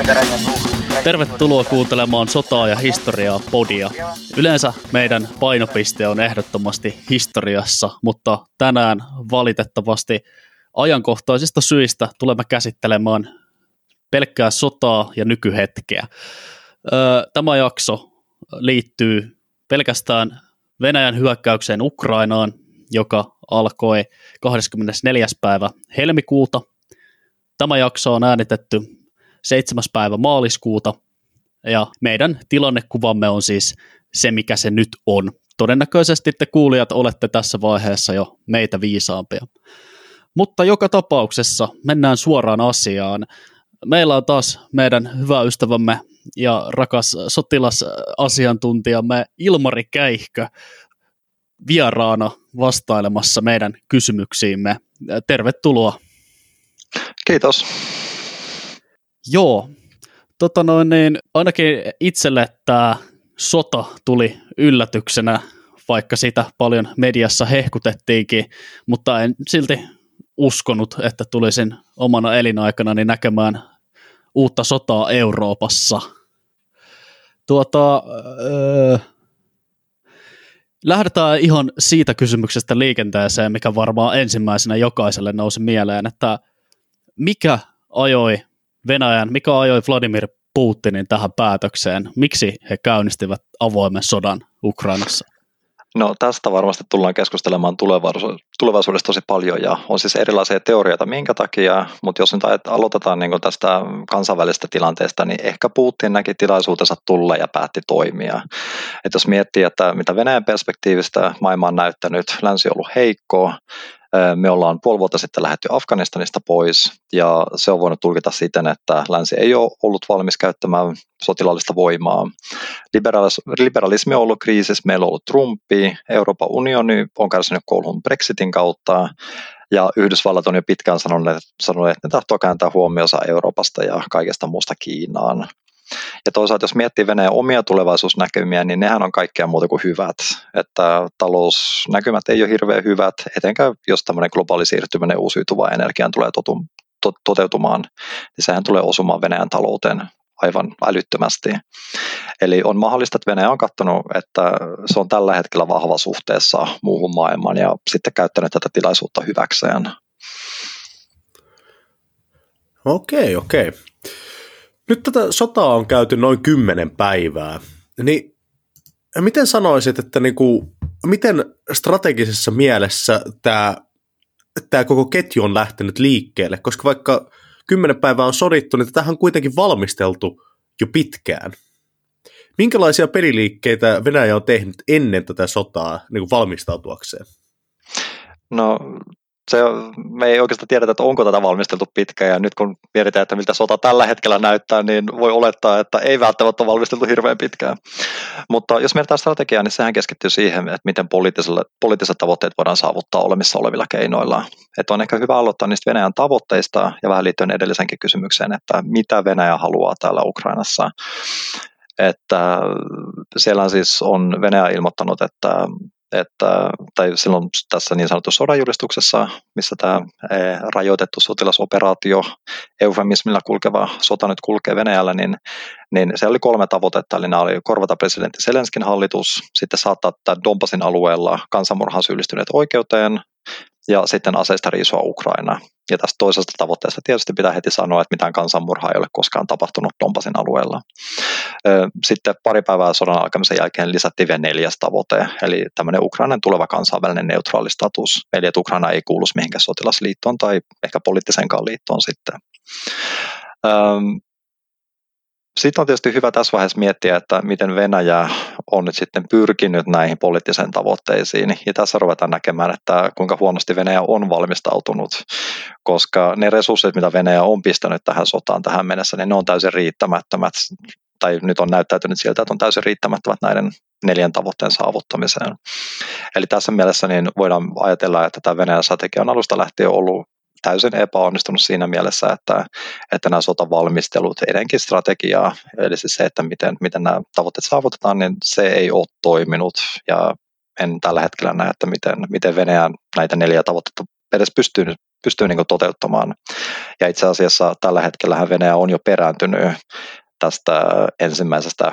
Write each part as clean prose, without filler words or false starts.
Tervetuloa kuuntelemaan Sotaa ja historiaa podia. Yleensä meidän painopiste on ehdottomasti historiassa, mutta tänään valitettavasti ajankohtaisista syistä tulemme käsittelemään pelkkää sotaa ja nykyhetkeä. Tämä jakso liittyy pelkästään Venäjän hyökkäykseen Ukrainaan, joka alkoi 24. päivä helmikuuta. Tämä jakso on äänitetty 7. päivä maaliskuuta, ja meidän tilannekuvamme on siis se, mikä se nyt on. Todennäköisesti te kuulijat olette tässä vaiheessa jo meitä viisaampia. Mutta joka tapauksessa mennään suoraan asiaan. Meillä on taas meidän hyvä ystävämme ja rakas sotilasasiantuntijamme Ilmari Käihkö vieraana vastailemassa meidän kysymyksiimme. Tervetuloa. Kiitos. Joo, ainakin itselle tämä sota tuli yllätyksenä, vaikka sitä paljon mediassa hehkutettiinkin, mutta en silti uskonut, että tulisin omana elinaikanani näkemään uutta sotaa Euroopassa. Lähdetään ihan siitä kysymyksestä liikenteeseen, mikä varmaan ensimmäisenä jokaiselle nousi mieleen, että mikä ajoi Vladimir Putinin tähän päätökseen? Miksi he käynnistivät avoimen sodan Ukrainassa? No tästä varmasti tullaan keskustelemaan tulevaisuudessa tosi paljon ja on siis erilaisia teorioita minkä takia, mutta jos nyt aloitetaan niin tästä kansainvälisestä tilanteesta, niin ehkä Putin näki tilaisuutensa tulla ja päätti toimia. Et jos miettii, että mitä Venäjän perspektiivistä maailma on näyttänyt, länsi on ollut heikko, me ollaan puoli vuotta sitten lähdetty Afganistanista pois ja se on voinut tulkita siten, että länsi ei ole ollut valmis käyttämään sotilaallista voimaa. Liberalismi on ollut kriisissä, meillä on ollut Trumpi, Euroopan unioni on kärsinyt koulun Brexitin kautta ja Yhdysvallat on jo pitkään sanonut, että ne tahtoo kääntää huomionsa Euroopasta ja kaikesta muusta Kiinaan. Ja toisaalta jos miettii Venäjän omia tulevaisuusnäkymiä, niin nehän on kaikkea muuta kuin hyvät. Että talousnäkymät ei ole hirveän hyvät, etenkään jos tämmöinen globaali siirtyminen uusiutuvaan energiaan tulee toteutumaan, niin sehän tulee osumaan Venäjän talouteen aivan älyttömästi. Eli on mahdollista, että Venäjä on katsonut, että se on tällä hetkellä vahva suhteessa muuhun maailmaan ja sitten käyttänyt tätä tilaisuutta hyväkseen. Okei. Nyt tätä sotaa on käyty noin 10 päivää, niin miten sanoisit, että miten strategisessa mielessä tämä koko ketju on lähtenyt liikkeelle, koska vaikka 10 päivää on sodittu, niin tätähän on kuitenkin valmisteltu jo pitkään. Minkälaisia peliliikkeitä Venäjä on tehnyt ennen tätä sotaa valmistautuakseen? No me ei oikeastaan tiedetä, että onko tätä valmisteltu pitkään, ja nyt kun mietitään, että miltä sota tällä hetkellä näyttää, niin voi olettaa, että ei välttämättä ole valmisteltu hirveän pitkään. Mutta jos mietitään strategiaa, niin sehän keskittyy siihen, että miten poliittiset tavoitteet voidaan saavuttaa olemassa olevilla keinoilla. Että on ehkä hyvä aloittaa niistä Venäjän tavoitteista, ja vähän liittyen edellisenkin kysymykseen, että mitä Venäjä haluaa täällä Ukrainassa. Että siellä siis on Venäjä ilmoittanut, tai silloin tässä niin sanotussa sodanjulistuksessa, missä tämä rajoitettu sotilasoperaatio, eufemismilla kulkeva sota nyt kulkee Venäjällä, niin se oli 3 tavoitetta, eli nämä oli korvata presidentti Zelenskin hallitus, sitten saattaa Donbasin alueella kansanmurhaan syyllistyneet oikeuteen, ja sitten aseista riisua Ukraina. Ja tästä toisesta tavoitteesta tietysti pitää heti sanoa, että mitään kansanmurhaa ei ole koskaan tapahtunut Donbasin alueella. Sitten pari päivää sodan alkamisen jälkeen lisättiin vielä 4. tavoite, eli tämmöinen Ukrainan tuleva kansainvälinen neutraali status, eli että Ukraina ei kuulu mihinkään sotilasliittoon tai ehkä poliittiseenkaan liittoon sitten. Sitten on tietysti hyvä tässä vaiheessa miettiä, että miten Venäjä on nyt sitten pyrkinyt näihin poliittisiin tavoitteisiin. Ja tässä ruvetaan näkemään, että kuinka huonosti Venäjä on valmistautunut, koska ne resurssit, mitä Venäjä on pistänyt tähän sotaan tähän mennessä, niin ne on täysin riittämättömät, tai nyt on näyttäytynyt siltä, että on täysin riittämättömät näiden 4 tavoitteen saavuttamiseen. Eli tässä mielessä niin voidaan ajatella, että tämä Venäjän strategia on alusta lähtien ollut täysin epäonnistunut siinä mielessä, että nämä sotavalmistelut, edenkin strategiaa, eli siis se, että miten nämä tavoitteet saavutetaan, niin se ei ole toiminut, ja en tällä hetkellä näe, että miten Venäjä näitä 4 tavoitetta edes pystyy nyt pystyy niin kuin toteuttamaan. Ja itse asiassa tällä hetkellä Venäjä on jo perääntynyt tästä ensimmäisestä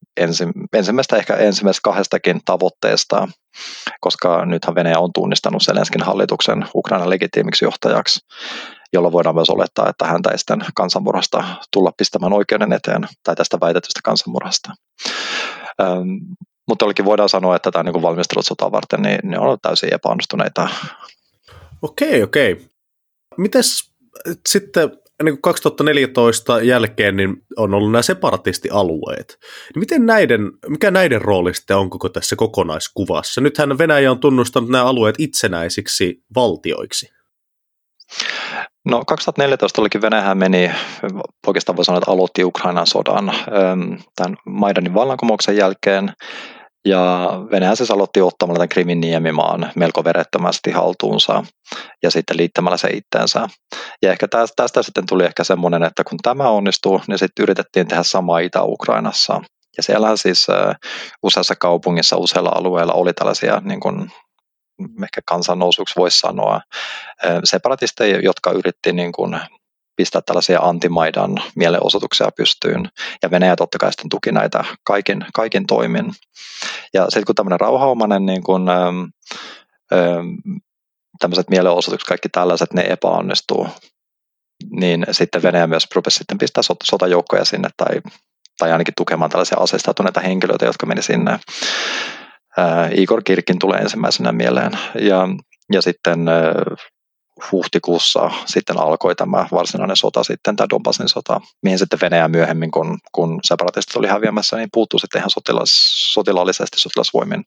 kahdestakin tavoitteesta, koska nythän Venäjä on tunnistanut Zelenskin hallituksen Ukrainan legitiimiksi johtajaksi, jolla voidaan myös olettaa, että häntä ei sitten kansanmurhasta tulla pistämään oikeuden eteen, tai tästä väitetystä kansanmurhasta. Mutta olikin voidaan sanoa, että tämä niin valmistelut sotaa varten, niin ne on täysin epäonnistuneita. Okei. Mites sitten niin 2014 jälkeen niin on ollut nämä separatistialueet. Mikä näiden rooli sitten on koko tässä kokonaiskuvassa? Nythän Venäjä on tunnustanut nämä alueet itsenäisiksi valtioiksi. No 2014 olikin Venäjä meni, oikeastaan voi sanoa, että aloitti Ukrainan sodan tämän Maidanin vallankumouksen jälkeen. Ja Venäjä siis aloitti ottamalla tämän Krimin niemimaan melko verettömästi haltuunsa ja sitten liittämällä se itteensä. Ja ehkä tästä sitten tuli ehkä semmoinen, että kun tämä onnistuu, niin sitten yritettiin tehdä samaa Itä-Ukrainassa. Ja siellähän siis useassa kaupungissa, useilla alueilla oli tällaisia niin kuin ehkä kansannousuksi voisi sanoa, separatisteja, jotka yritti niin kuin pistää tällaisia anti-Maidan mielenosoituksia pystyyn. Ja Venäjä totta kai sitten tuki näitä kaikin toimin. Ja sitten kun tämmöinen rauhaomainen niin kun, tämmöiset mielenosoitukset, kaikki tällaiset, ne epäonnistuu, niin sitten Venäjä myös rupesi sitten pistää sotajoukkoja sinne tai ainakin tukemaan tällaisia aseistautuneita henkilöitä, jotka meni sinne. Igor Kirkin tulee ensimmäisenä mieleen. Ja sitten huhtikuussa sitten alkoi tämä varsinainen sota, sitten tämä Donbassin sota, mihin sitten Venäjä myöhemmin, kun separatistit oli häviämässä, niin puuttuu sitten ihan sotilaallisesti sotilasvoimin.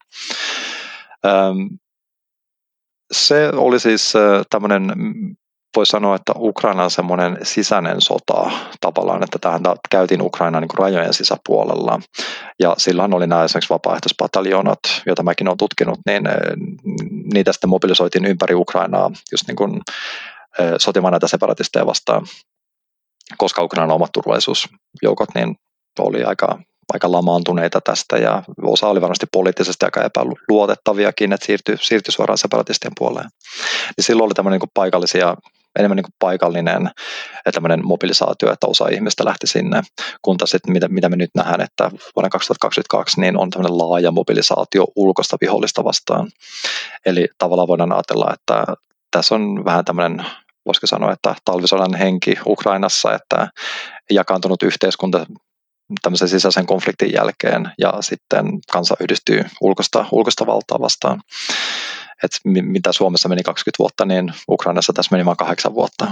Se oli siis tämmöinen, voi sanoa, että Ukrainan semmoinen sisäinen sota tavallaan, että tähän käytiin Ukrainan niin kuin rajojen sisäpuolella. Ja silloin oli nämä esimerkiksi vapaaehtoispataljoonat, joita mäkin olen tutkinut, niin niitä sitten mobilisoitiin ympäri Ukrainaa just niin kuin sotimaan näitä separatisteja vastaan, koska Ukrainan omat turvallisuusjoukot niin oli aika lamaantuneita tästä ja osa oli varmasti poliittisesti aika epäluotettaviakin, että siirtyi suoraan separatistien puoleen. Niin silloin oli tämmöinen niin enemmän niin kuin paikallinen tämmöinen mobilisaatio, että osa ihmistä lähti sinne, kun taas sitten mitä me nyt nähdään, että vuonna 2022 niin on tämmöinen laaja mobilisaatio ulkoista vihollista vastaan. Eli tavallaan voidaan ajatella, että tässä on vähän tämmöinen, voisiko sanoa, että talvisodan henki Ukrainassa, että jakaantunut yhteiskunta tämmöisen sisäisen konfliktin jälkeen ja sitten kansa yhdistyy ulkoista valtaa vastaan. Et mitä Suomessa meni 20 vuotta, niin Ukrainassa tässä meni vain 8 vuotta.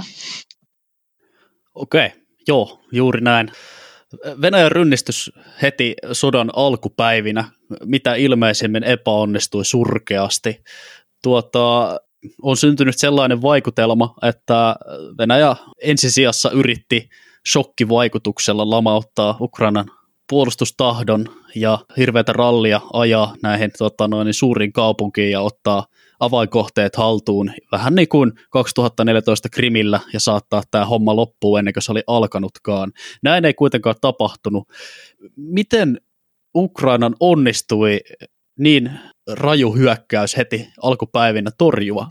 Okei, joo, juuri näin. Venäjän rynnistys heti sodan alkupäivinä, mitä ilmeisimmin epäonnistui surkeasti. On syntynyt sellainen vaikutelma, että Venäjä ensisijassa yritti shokkivaikutuksella lamauttaa Ukrainan puolustustahdon ja hirveätä rallia ajaa näihin suuriin kaupunkiin ja ottaa avainkohteet haltuun vähän niin kuin 2014 Krimillä ja saattaa tämä homma loppuun ennen kuin se oli alkanutkaan. Näin ei kuitenkaan tapahtunut. Miten Ukrainan onnistui niin raju hyökkäys heti alkupäivinä torjua?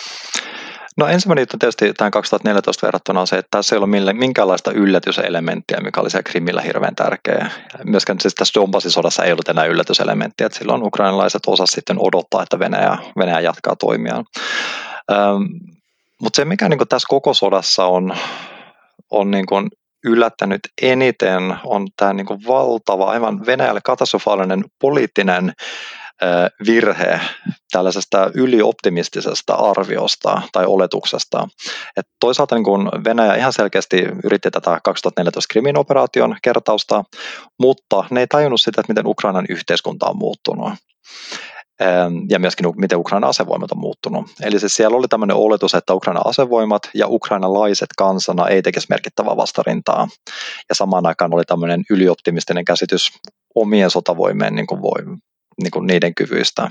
No ensimmäinen juttu tietysti tähän 2014 verrattuna on se, että tässä ei ole minkäänlaista yllätyselementtiä, mikä oli siellä Krimillä hirveän tärkeä. Myöskään siis tässä Donbassin sodassa ei ollut enää yllätyselementtiä, että silloin ukrainalaiset osasivat sitten odottaa, että Venäjä jatkaa toimiaan. Mutta se, mikä niin tässä koko sodassa on niin yllättänyt eniten, on tämä niin valtava, aivan Venäjälle katastrofaalinen poliittinen virhe tällaisesta ylioptimistisesta arviosta tai oletuksesta. Et toisaalta niin kun Venäjä ihan selkeästi yritti tätä 2014 Krimin operaation kertausta, mutta ne ei tajunnut sitä, että miten Ukrainan yhteiskunta on muuttunut. Ja myöskin miten Ukrainan asevoimat on muuttunut. Eli siis siellä oli tämmöinen oletus, että Ukrainan asevoimat ja ukrainalaiset kansana ei tekisi merkittävää vastarintaa. Ja samaan aikaan oli tämmöinen ylioptimistinen käsitys omien sotavoimien niin kuin niiden kyvyistä.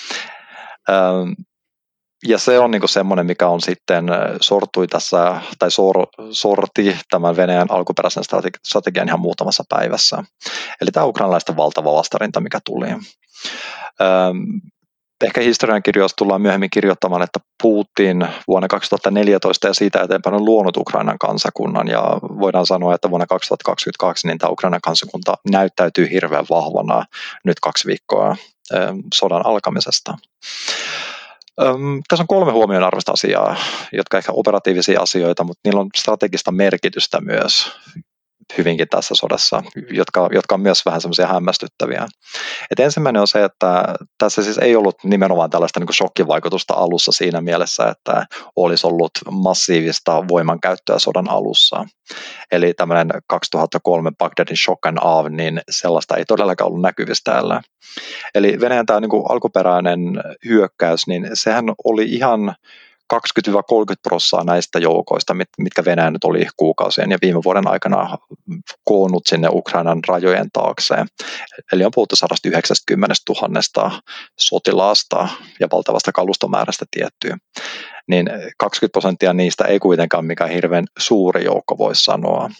Ja se on niin kuin semmoinen, mikä on sitten sortui tässä, tai sorti tämän Venäjän alkuperäisen strategian ihan muutamassa päivässä. Eli tämä ukrainalaisten valtava vastarinta, mikä tuli. Ehkä historiankirjoissa tullaan myöhemmin kirjoittamaan, että Putin vuonna 2014 ja siitä eteenpäin on luonut Ukrainan kansakunnan, ja voidaan sanoa, että vuonna 2022 niin tämä Ukrainan kansakunta näyttäytyy hirveän vahvana nyt 2 viikkoa sodan alkamisesta. Tässä on 3 huomionarvoista asiaa, jotka ehkä operatiivisia asioita, mutta niillä on strategista merkitystä myös hyvinkin tässä sodassa, jotka on myös vähän semmoisia hämmästyttäviä. Et ensimmäinen on se, että tässä siis ei ollut nimenomaan tällaista niin kuin shokkivaikutusta alussa siinä mielessä, että olisi ollut massiivista voimankäyttöä sodan alussa. Eli tämmöinen 2003 Bagdadin shock and awe, niin sellaista ei todellakaan ollut näkyvissä täällä. Eli Venäjän tämä niin kuin alkuperäinen hyökkäys, niin sehän oli ihan 20-30% näistä joukoista, mitkä Venäjä nyt oli kuukausien ja viime vuoden aikana koonnut sinne Ukrainan rajojen taakse. Eli on puhuttu 190 000 sotilaasta ja valtavasta kalustomäärästä tiettyä. Niin 20% niistä ei kuitenkaan mikään hirveän suuri joukko voi sanoa.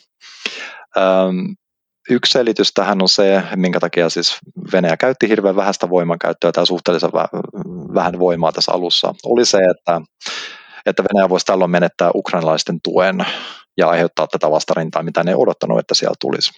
Yksi selitys tähän on se, minkä takia siis Venäjä käytti hirveän vähäistä voimankäyttöä tai suhteellisen vähän voimaa tässä alussa, oli se, että Venäjä voisi tällöin menettää ukrainalaisten tuen ja aiheuttaa tätä vastarintaa, mitä ne ei odottanut, että siellä tulisi.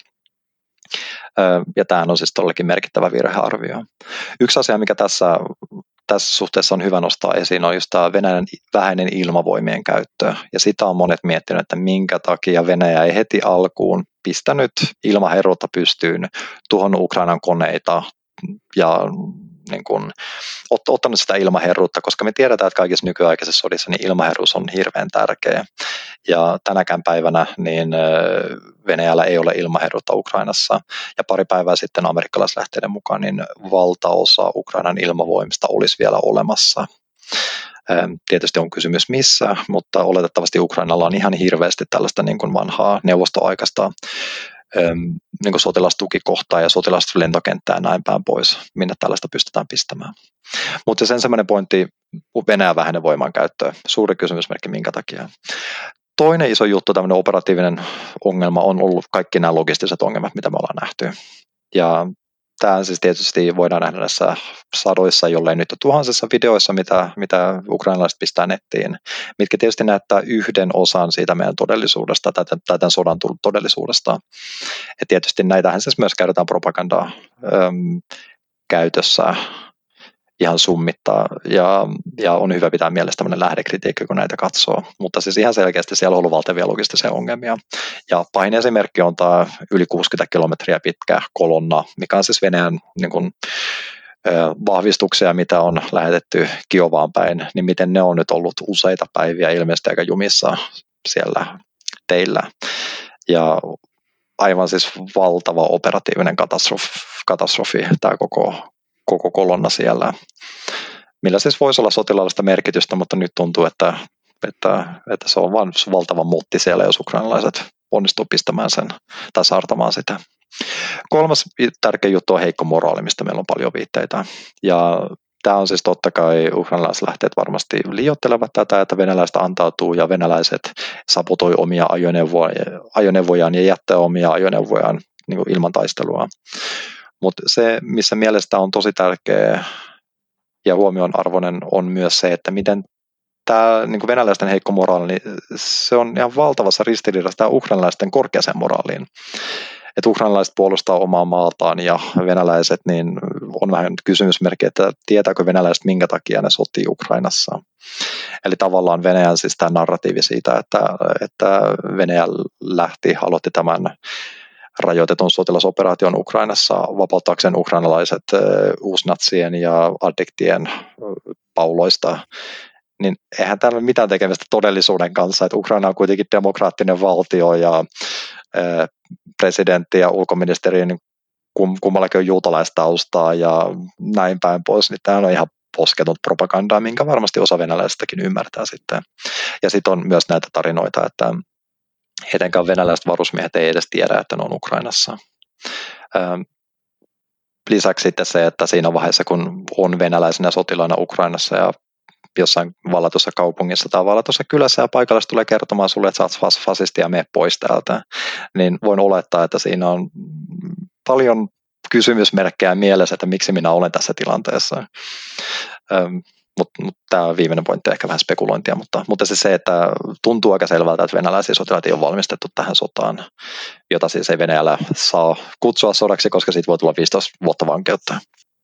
Ja tämähän on siis todellakin merkittävä virhearvio. Yksi asia, mikä tässä suhteessa on hyvä nostaa esiin, on just tämä Venäjän vähäinen ilmavoimien käyttö. Ja sitä on monet miettinyt, että minkä takia Venäjä ei heti alkuun pistänyt ilmaherruutta pystyyn, tuhonnut Ukrainan koneita ja niin kuin, ottanut sitä ilmaherruutta, koska me tiedetään, että kaikissa nykyaikaisissa sodissa niin ilmaherruus on hirveän tärkeä. Ja tänäkään päivänä niin Venäjällä ei ole ilmaherruutta Ukrainassa. Ja pari päivää sitten amerikkalaislähteiden mukaan niin valtaosa Ukrainan ilmavoimista olisi vielä olemassa. Tietysti on kysymys missä, mutta oletettavasti Ukrainalla on ihan hirveästi tällaista niin kuin vanhaa neuvostoaikaista niin kuin sotilastukikohtaa ja sotilaslentokenttää ja näin päin pois, minne tällaista pystytään pistämään. Mutta se ensimmäinen pointti, Venäjän vähäinen voimankäyttö, suuri kysymysmerkki minkä takia. Toinen iso juttu, tämmöinen operatiivinen ongelma on ollut kaikki nämä logistiset ongelmat, mitä me ollaan nähty. Ja tämä siis tietysti voidaan nähdä näissä sadoissa, jollei nyt tuhansissa videoissa, mitä ukrainalaiset pistää nettiin, mitkä tietysti näyttää yhden osan siitä meidän todellisuudesta, tai tämän sodan todellisuudesta. Ja tietysti näitähän siis myös käytetään propagandaa käytössä ihan summittaa, ja on hyvä pitää mielessä tämmöinen lähdekritiikki, kun näitä katsoo. Mutta siis ihan selkeästi siellä on ollut valtavia logistisia ongelmia. Ja pahin esimerkki on tämä yli 60 kilometriä pitkä kolonna, mikä on siis Venäjän niin kuin, vahvistuksia, mitä on lähetetty Kiovaan päin, niin miten ne on nyt ollut useita päiviä ilmeisesti aika jumissa siellä teillä. Ja aivan siis valtava operatiivinen katastrofi tämä koko kolonna siellä, millä siis voisi olla sotilaallista merkitystä, mutta nyt tuntuu, että se on vain valtava mutti siellä, jos ukrainalaiset onnistuu pistämään sen tai saartamaan sitä. Kolmas tärkeä juttu on heikko moraali, mistä meillä on paljon viitteitä. Ja tämä on siis totta kai, ukrainalaislähteet varmasti liioittelevat tätä, että venäläiset antautuu ja venäläiset sabotoi omia ajoneuvojaan ja jättää omia ajoneuvojaan niin kuin ilman taistelua. Mutta se, missä mielestä on tosi tärkeä ja huomionarvoinen, on myös se, että miten tämä niin venäläisten heikko moraali, niin se on ihan valtavassa ristiriidassa tämä ukrainalaisten korkeaseen moraaliin. Että ukrainalaiset puolustaa omaa maataan ja venäläiset, niin on vähän kysymysmerkki, että tietääkö venäläiset minkä takia ne sotii Ukrainassa. Eli tavallaan Venäjän siis tämä narratiivi siitä, että Venäjä aloitti tämän rajoitetun sotilasoperaation Ukrainassa vapauttaakseen ukrainalaiset uusnatsien ja addiktien pauloista, niin eihän täällä ole mitään tekemistä todellisuuden kanssa, että Ukraina on kuitenkin demokraattinen valtio ja presidentti ja ulkoministeri niin kummallakin on juutalaistaustaa ja näin päin pois, niin tämä on ihan posketonta propagandaa, minkä varmasti osa venäläistäkin ymmärtää sitten. Ja sitten on myös näitä tarinoita, että etenkään venäläiset varusmiehet ei edes tiedä, että ne on Ukrainassa. Lisäksi sitten se, että siinä vaiheessa, kun on venäläisenä sotilaana Ukrainassa ja jossain vallatussa kaupungissa tai vallatussa kylässä ja paikalliset tulee kertomaan sulle, että sä oot fasisti ja mene pois täältä, niin voin olettaa, että siinä on paljon kysymysmerkkejä mielessä, että miksi minä olen tässä tilanteessa. Mutta tämä viimeinen pointti on ehkä vähän spekulointia, mutta se, että tuntuu aika selvältä, että venäläisiä sotilaita ei ole valmistettu tähän sotaan, jota siis ei Venäjällä saa kutsua sodaksi, koska siitä voi tulla 15 vuotta vankeutta.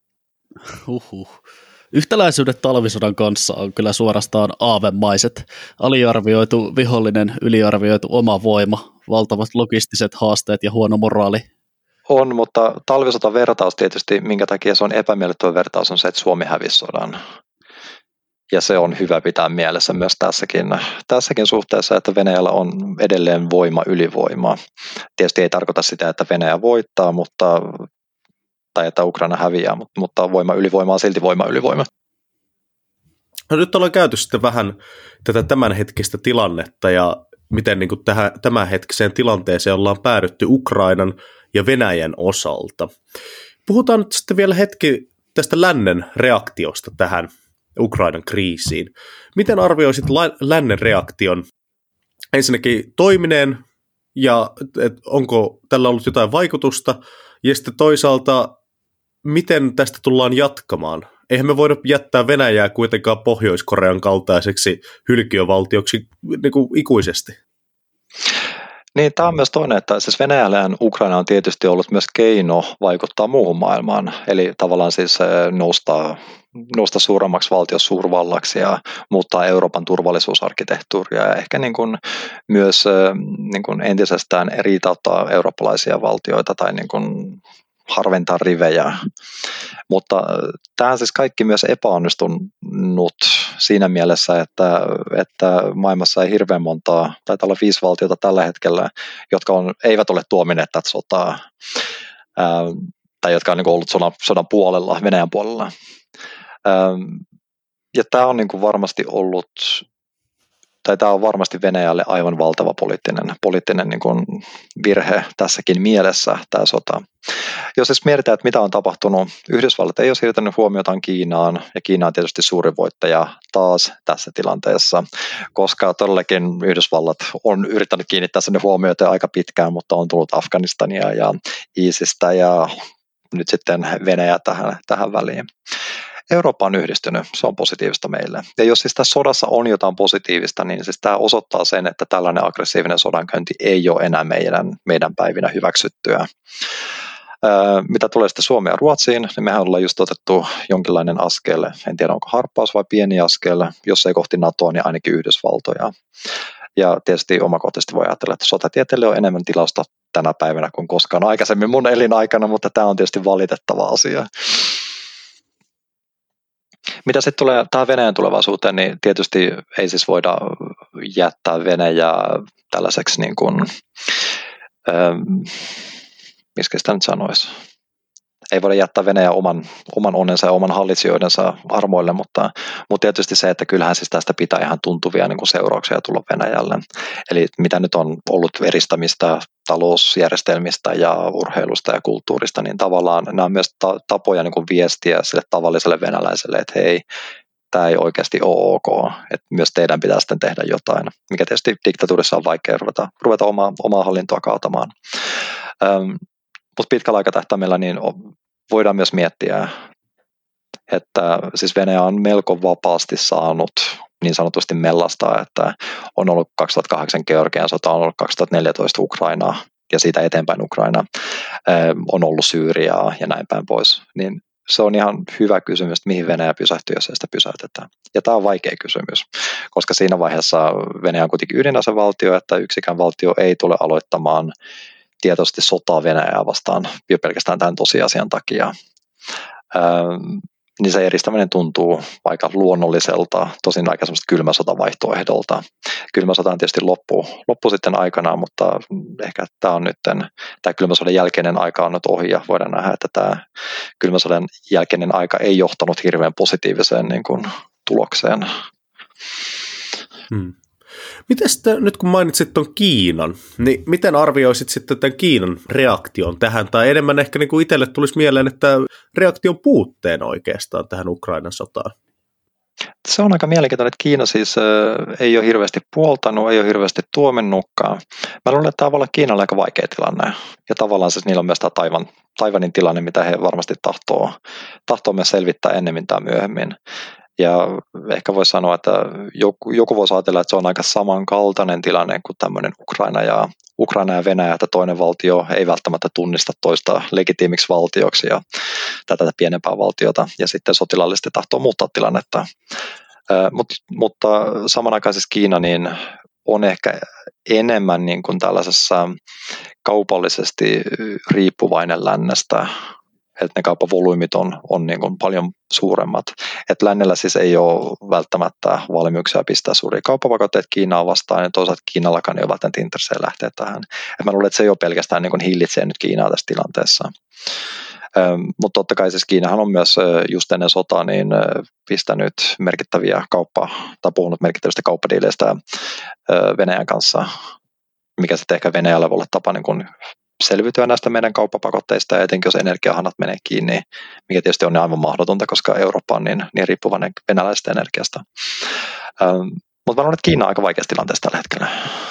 Yhtäläisyydet talvisodan kanssa on kyllä suorastaan aavemaiset. Aliarvioitu vihollinen, yliarvioitu oma voima, valtavat logistiset haasteet ja huono moraali. On, mutta talvisodan vertaus tietysti, minkä takia se on epämiellyttävä vertaus, on se, että Suomi hävisi sodan. Ja se on hyvä pitää mielessä myös tässäkin suhteessa, että Venäjällä on edelleen voima ylivoimaa. Tietysti ei tarkoita sitä, että Venäjä voittaa, tai että Ukraina häviää, mutta voima ylivoima on silti voima ylivoima. No nyt ollaan käyty sitten vähän tätä tämänhetkistä tilannetta ja miten niin kuin tämänhetkiseen tilanteeseen ollaan päädytty Ukrainan ja Venäjän osalta. Puhutaan nyt sitten vielä hetki tästä lännen reaktiosta tähän Ukrainan kriisiin. Miten arvioisit lännen reaktion ensinnäkin toimineen ja onko tällä ollut jotain vaikutusta ja sitten toisaalta miten tästä tullaan jatkamaan? Eihän me voida jättää Venäjää kuitenkaan Pohjois-Korean kaltaiseksi hylkiövaltioksi niin kuin ikuisesti. Niin, tämä on myös toinen, että siis Venäjällä Ukraina on tietysti ollut myös keino vaikuttaa muuhun maailmaan, eli tavallaan siis nousta suuremmaksi valtiosuurvallaksi ja muuttaa Euroopan turvallisuusarkkitehtuuria ja ehkä niin kuin myös niin kuin entisestään riitauttaa eurooppalaisia valtioita tai niin kuin harventaa rivejä, mutta tämä siis kaikki myös epäonnistunut siinä mielessä, että maailmassa ei hirveän montaa, taitaa olla 5 valtiota tällä hetkellä, jotka eivät ole tuomineet tätä sotaa, tai jotka on niin kuin ollut sodan puolella, Venäjän puolella. Ja tämä on niin kuin varmasti ollut, tai tämä on varmasti Venäjälle aivan valtava poliittinen niin kuin virhe tässäkin mielessä, tämä sota. Jos siis mietitään, että mitä on tapahtunut, Yhdysvallat ei ole siirtänyt huomiotaan Kiinaan, ja Kiina on tietysti suurin voittaja taas tässä tilanteessa, koska todellakin Yhdysvallat on yrittänyt kiinnittää sinne huomiota aika pitkään, mutta on tullut Afganistania ja ISISistä ja nyt sitten Venäjä tähän väliin. Eurooppa on yhdistynyt, se on positiivista meille. Ja jos siis tässä sodassa on jotain positiivista, niin siis tämä osoittaa sen, että tällainen aggressiivinen sodankäynti ei ole enää meidän päivinä hyväksyttyä. Mitä tulee sitten Suomeen ja Ruotsiin, niin mehän ollaan just otettu jonkinlainen askel, en tiedä onko harppaus vai pieni askel, jos ei kohti NATOa, niin ainakin Yhdysvaltoja. Ja tietysti omakohtaisesti voi ajatella, että sotatieteelle on enemmän tilausta tänä päivänä kuin koskaan aikaisemmin mun elinaikana, mutta tämä on tietysti valitettava asia. Mitä sitten tulee tähän Venäjän tulevaisuuteen, niin tietysti ei siis voida jättää Venäjää tällaiseksi niin kuin, miskä sitä nyt sanoisi, ei voida jättää Venäjä oman onnensa ja oman hallitsijoidensa armoille, mutta tietysti se, että kyllähän siis tästä pitää ihan tuntuvia niin kuin seurauksia tulla Venäjälle. Eli mitä nyt on ollut eristämistä talousjärjestelmistä ja urheilusta ja kulttuurista, niin tavallaan nämä on myös tapoja niin kuin viestiä sille tavalliselle venäläiselle, että hei, tämä ei oikeasti ole ok, että myös teidän pitää sitten tehdä jotain, mikä tietysti diktatuurissa on vaikea ruveta omaa hallintoa kaatamaan. Mutta pitkällä aikatähtäimellä niin voidaan myös miettiä, että siis Venäjä on melko vapaasti saanut niin sanotusti mellastaa, että on ollut 2008 Georgian sota, on ollut 2014 Ukraina ja siitä eteenpäin Ukraina, on ollut Syyriaa ja näin päin pois. Niin se on ihan hyvä kysymys, että mihin Venäjä pysähtyy, jos sitä pysäytetään. Ja tämä on vaikea kysymys, koska siinä vaiheessa Venäjä on kuitenkin ydinasevaltio, että yksikään valtio ei tule aloittamaan tietoisesti sotaa Venäjää vastaan jo pelkästään tämän tosiasian takia. Niin se eristäminen tuntuu aika luonnolliselta, tosin aika semmoista kylmäsotavaihtoehdolta. Kylmäsota on tietysti loppu sitten aikanaan, mutta ehkä tämä on nyt, tämä kylmäsodan jälkeinen aika on nyt ohi ja voidaan nähdä, että tämä kylmäsodan jälkeinen aika ei johtanut hirveän positiiviseen niin kuin, tulokseen. Miten sitten, nyt kun mainitsit tuon Kiinan, niin miten arvioisit sitten tämän Kiinan reaktion tähän, tai enemmän ehkä niin kuin itselle tulisi mieleen, että reaktion puutteen oikeastaan tähän Ukrainan sotaan? Se on aika mielenkiintoinen, että Kiina siis ei ole hirveästi puoltanut, ei ole hirveästi tuominnutkaan. Mä luulen, että tämä voi olla Kiinalle aika vaikea tilanne. Ja tavallaan siis niillä on myös tämä Taiwanin tilanne, mitä he varmasti tahtoo myös selvittää ennemmin tai myöhemmin. Ja ehkä voi sanoa, että joku voisi ajatella, että se on aika samankaltainen tilanne kuin tämmöinen Ukraina ja Venäjä, että toinen valtio ei välttämättä tunnista toista legitiimiksi valtioksi ja tätä pienempää valtiota, ja sitten sotilaallisesti tahtoo muuttaa tilannetta. Mutta samanaikaisesti Kiina niin on ehkä enemmän niin kuin tällaisessa kaupallisesti riippuvainen lännestä, että ne kauppavolyymit on niin kuin paljon suuremmat. Että lännellä siis ei ole välttämättä valmiuksia pistää suuria kauppapakotteita Kiinaa vastaan, ja toisaalta Kiinallakaan ei ole välttämättä intressejä lähteä tähän. Et mä luulen, että se ei ole pelkästään niin kuin hillitsee nyt Kiinaa tässä tilanteessa. Mutta totta kai siis Kiinahan on myös just ennen sotaa niin pistänyt merkittäviä tai puhunut merkittävistä kauppadiileistä Venäjän kanssa, mikä sitten ehkä Venäjällä voi olla tapa niin kuin selviytyä näistä meidän kauppapakotteista, ja etenkin jos energiahanat menee kiinni, mikä tietysti on aivan mahdotonta, koska Eurooppa on niin riippuvainen venäläisestä energiasta. Mutta mä luulen, että Kiina on aika vaikeassa tilanteessa tällä hetkellä.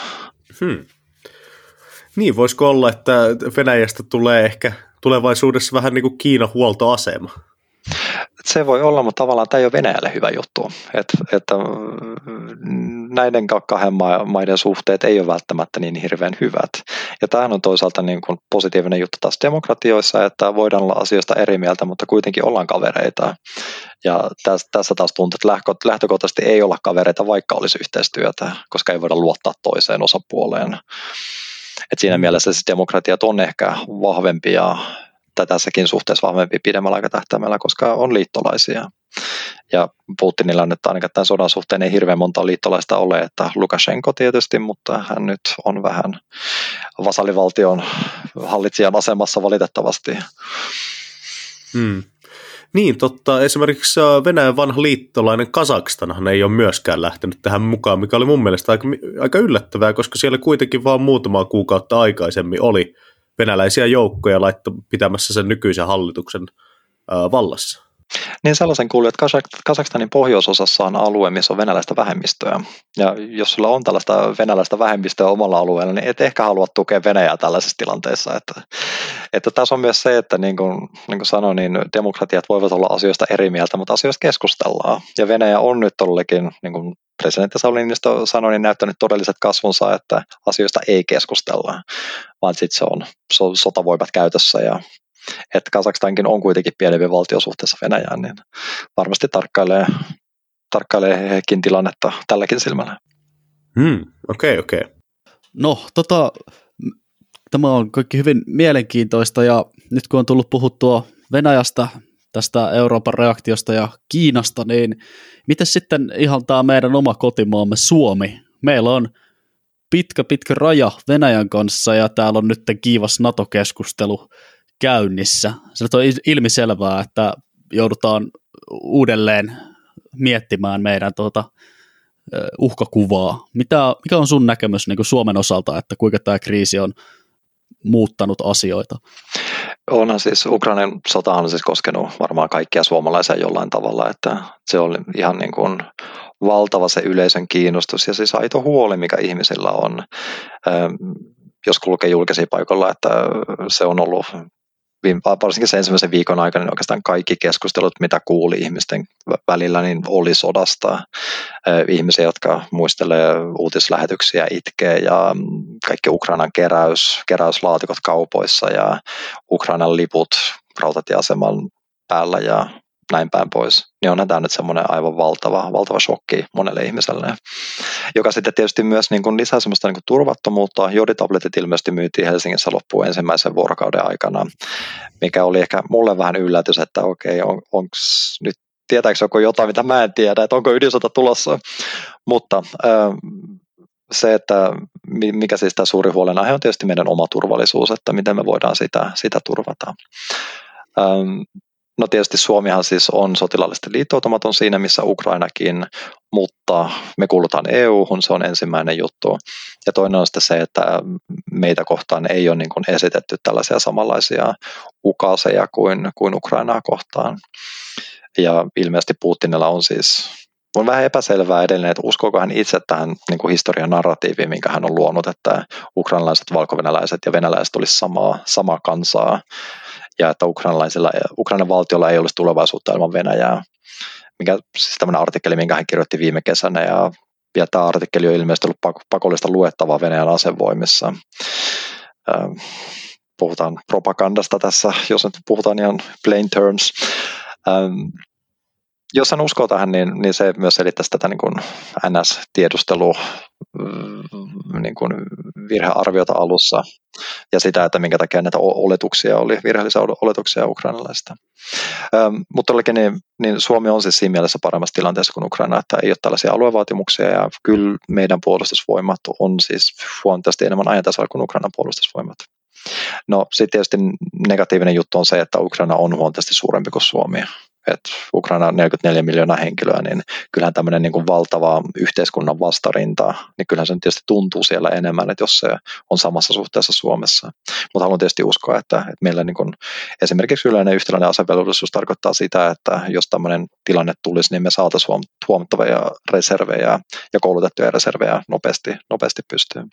Niin, voisiko olla, että Venäjästä tulee ehkä tulevaisuudessa vähän niin kuin Kiinan huoltoasema? Se voi olla, mutta tavallaan tämä ei ole Venäjälle hyvä juttu. Että näiden kahden maiden suhteet ei ole välttämättä niin hirveän hyvät. Ja tämähän on toisaalta niin kuin positiivinen juttu taas demokratioissa, että voidaan olla asioista eri mieltä, mutta kuitenkin ollaan kavereita. Ja tässä taas tuntuu, että lähtökohtaisesti ei olla kavereita, vaikka olisi yhteistyötä, koska ei voida luottaa toiseen osapuoleen. Et siinä mielessä siis demokratiat on ehkä vahvempia tai tässäkin suhteessa vahvempi pidemmällä aikatahtäimellä, koska on liittolaisia. Ja Putinilla on nyt ainakaan tämän sodan suhteen ei hirveän monta liittolaista ole, että Lukashenko tietysti, mutta hän nyt on vähän vasallivaltion hallitsijan asemassa valitettavasti. Niin, totta. Esimerkiksi Venäjän vanha liittolainen Kazakstanhan ei ole myöskään lähtenyt tähän mukaan, mikä oli mun mielestä aika yllättävää, koska siellä kuitenkin vaan muutamaa kuukautta aikaisemmin oli venäläisiä joukkoja pitämässä sen nykyisen hallituksen vallassa. Niin sellaisen kuuluu, että Kazakstanin pohjoisosassa on alue, missä on venäläistä vähemmistöä. Ja jos sulla on tällaista venäläistä vähemmistöä omalla alueella, niin et ehkä halua tukea Venäjää tällaisessa tilanteessa. Että tässä on myös se, että niin kuin sanoin, niin demokratiat voivat olla asioista eri mieltä, mutta asioista keskustellaan. Ja Venäjä on nyt todellakin, niin kuin presidentti Sauli Niinistö sanoi, niin näyttänyt todelliset kasvunsa, että asioista ei keskustella, vaan sitten se on sotavoimat käytössä ja että Kazakstankin on kuitenkin pienempi valtio suhteessa Venäjään, niin varmasti tarkkailee hekin tilannetta tälläkin silmällä. Okei. No, tämä on kaikki hyvin mielenkiintoista, ja nyt kun on tullut puhuttua Venäjästä, tästä Euroopan reaktiosta ja Kiinasta, niin miten sitten ihan tämä meidän oma kotimaamme Suomi? Meillä on pitkä raja Venäjän kanssa, ja täällä on nyt kiivas NATO-keskustelu käynnissä. Se on ilmiselvää, että joudutaan uudelleen miettimään meidän uhkakuvaa. Mikä on sun näkemys niin kuin Suomen osalta, että kuinka tämä kriisi on muuttanut asioita? Onhan siis Ukrainan sota on siis koskenut varmaan kaikkia suomalaisia jollain tavalla, että se oli ihan niin kuin valtava se yleisön kiinnostus ja siis aito huoli, mikä ihmisillä on, jos kulkee julkisia paikoilla, että se on ollut varsinkin sen ensimmäisen viikon aikana niin oikeastaan kaikki keskustelut, mitä kuuli ihmisten välillä, niin oli sodasta. Ihmisiä, jotka muistelee uutislähetyksiä, itkee ja kaikki Ukrainan keräyslaatikot kaupoissa ja Ukrainan liput rautatieaseman päällä ja näin päin pois, niin onhan tämä nyt semmoinen aivan valtava shokki monelle ihmiselle, joka sitten tietysti myös niin kuin lisää semmoista niin kuin turvattomuutta. Joditabletit ilmeisesti myytiin Helsingissä loppuun ensimmäisen vuorokauden aikana, mikä oli ehkä mulle vähän yllätys, että okei, onko nyt, tietääkö joku jotain, mitä mä en tiedä, että onko ydinsota tulossa, mutta se, että mikä siis tämä suuri huolenaihe on tietysti meidän oma turvallisuus, että miten me voidaan sitä turvata. No tietysti Suomihan siis on sotilaallisesti liittoutumaton siinä, missä Ukrainakin, mutta me kuulutaan EU-hun, se on ensimmäinen juttu. Ja toinen on sitten se, että meitä kohtaan ei ole niin kuin esitetty tällaisia samanlaisia ukaaseja kuin Ukrainaa kohtaan. Ja ilmeisesti Putinilla on siis on vähän epäselvää edelleen, että uskooko hän itse tähän niin kuin historian narratiiviin, minkä hän on luonut, että ukrainalaiset, valkovenäläiset ja venäläiset olisi samaa kansaa, ja että Ukrainan valtiolla ei olisi tulevaisuutta ilman Venäjää. Siis tämmöinen artikkeli, minkä hän kirjoitti viime kesänä, ja tämä artikkeli on ilmeisesti ollut pakollista luettavaa Venäjän asevoimissa. Puhutaan propagandasta tässä, jos nyt puhutaan ihan plain terms. Jos hän uskoo tähän, niin se myös selittäisi tätä niin kuin NS-tiedustelu niin kuin virhearviota alussa ja sitä, että minkä takia näitä oletuksia oli, virheellisiä oletuksia ukrainalaisista. Mutta todellakin niin Suomi on siis siinä mielessä paremmassa tilanteessa kuin Ukraina, että ei ole tällaisia aluevaatimuksia ja kyllä meidän puolustusvoimat on siis huomattavasti enemmän ajantasalla kuin Ukrainan puolustusvoimat. No sitten tietysti negatiivinen juttu on se, että Ukraina on huomattavasti suurempi kuin Suomi. Että Ukraina on 44 miljoonaa henkilöä, niin kyllähän tämmöinen niin kuin valtava yhteiskunnan vastarinta, niin kyllähän se tietysti tuntuu siellä enemmän, että jos se on samassa suhteessa Suomessa. Mutta haluan tietysti uskoa, että meillä niin kuin esimerkiksi yleinen yhtäläinen asevelvollisuus tarkoittaa sitä, että jos tämmöinen tilanne tulisi, niin me saataisiin huomattavia reservejä ja koulutettuja reservejä nopeasti pystyyn.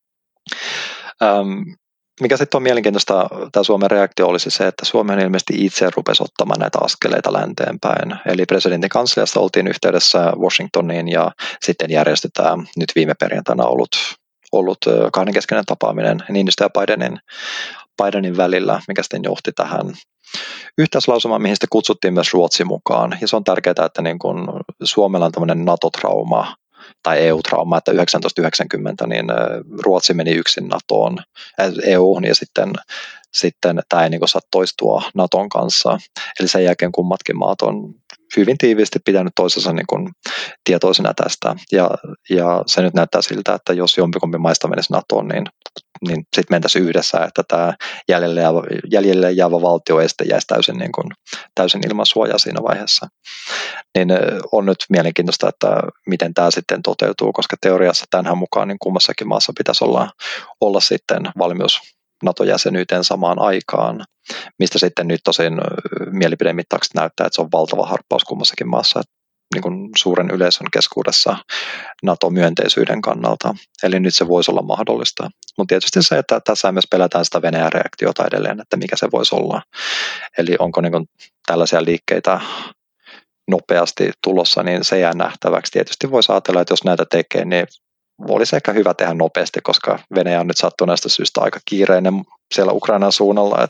Mikä sitten on mielenkiintoista, tämä Suomen reaktio olisi se, että Suomi ilmeisesti itse rupesi ottamaan näitä askeleita länteenpäin. Eli presidentin kansliasta oltiin yhteydessä Washingtoniin ja sitten järjestetään nyt viime perjantaina ollut kahdenkeskinen tapaaminen Niinistö ja Bidenin välillä, mikä sitten johti tähän yhteislausumaan, mihin sitten kutsuttiin myös Ruotsi mukaan. Ja se on tärkeää, että niin kun Suomella on tämmöinen NATO-trauma, tai EU-trauma, että 1990 niin Ruotsi meni yksin NATOon, EU:hun ja sitten tämä ei niin kuin saa toistua NATOn kanssa. Eli sen jälkeen kummatkin maat on hyvin tiiviisti pitänyt toisensa niin kuin tietoisena tästä. Ja se nyt näyttää siltä, että jos jompikumpi maista menisi NATOon, niin sitten mentäisiin yhdessä, että tämä jäljelle jäävä valtioeste jäisi täysin ilman suojaa siinä vaiheessa. Niin on nyt mielenkiintoista, että miten tämä sitten toteutuu, koska teoriassa tämänhän mukaan niin kummassakin maassa pitäisi olla sitten valmius NATO-jäsenyyteen samaan aikaan, mistä sitten nyt tosin mielipidemittaukset näyttää, että se on valtava harppaus kummassakin maassa, niin kuin suuren yleisön keskuudessa NATO-myönteisyyden kannalta. Eli nyt se voisi olla mahdollista. Mutta tietysti se, että tässä myös pelätään sitä Venäjän reaktiota edelleen, että mikä se voisi olla. Eli onko niin kuin tällaisia liikkeitä nopeasti tulossa, niin se jää nähtäväksi. Tietysti voisi ajatella, että jos näitä tekee, niin olisi ehkä hyvä tehdä nopeasti, koska Venäjä on nyt sattuneesta syystä aika kiireinen siellä Ukrainan suunnalla.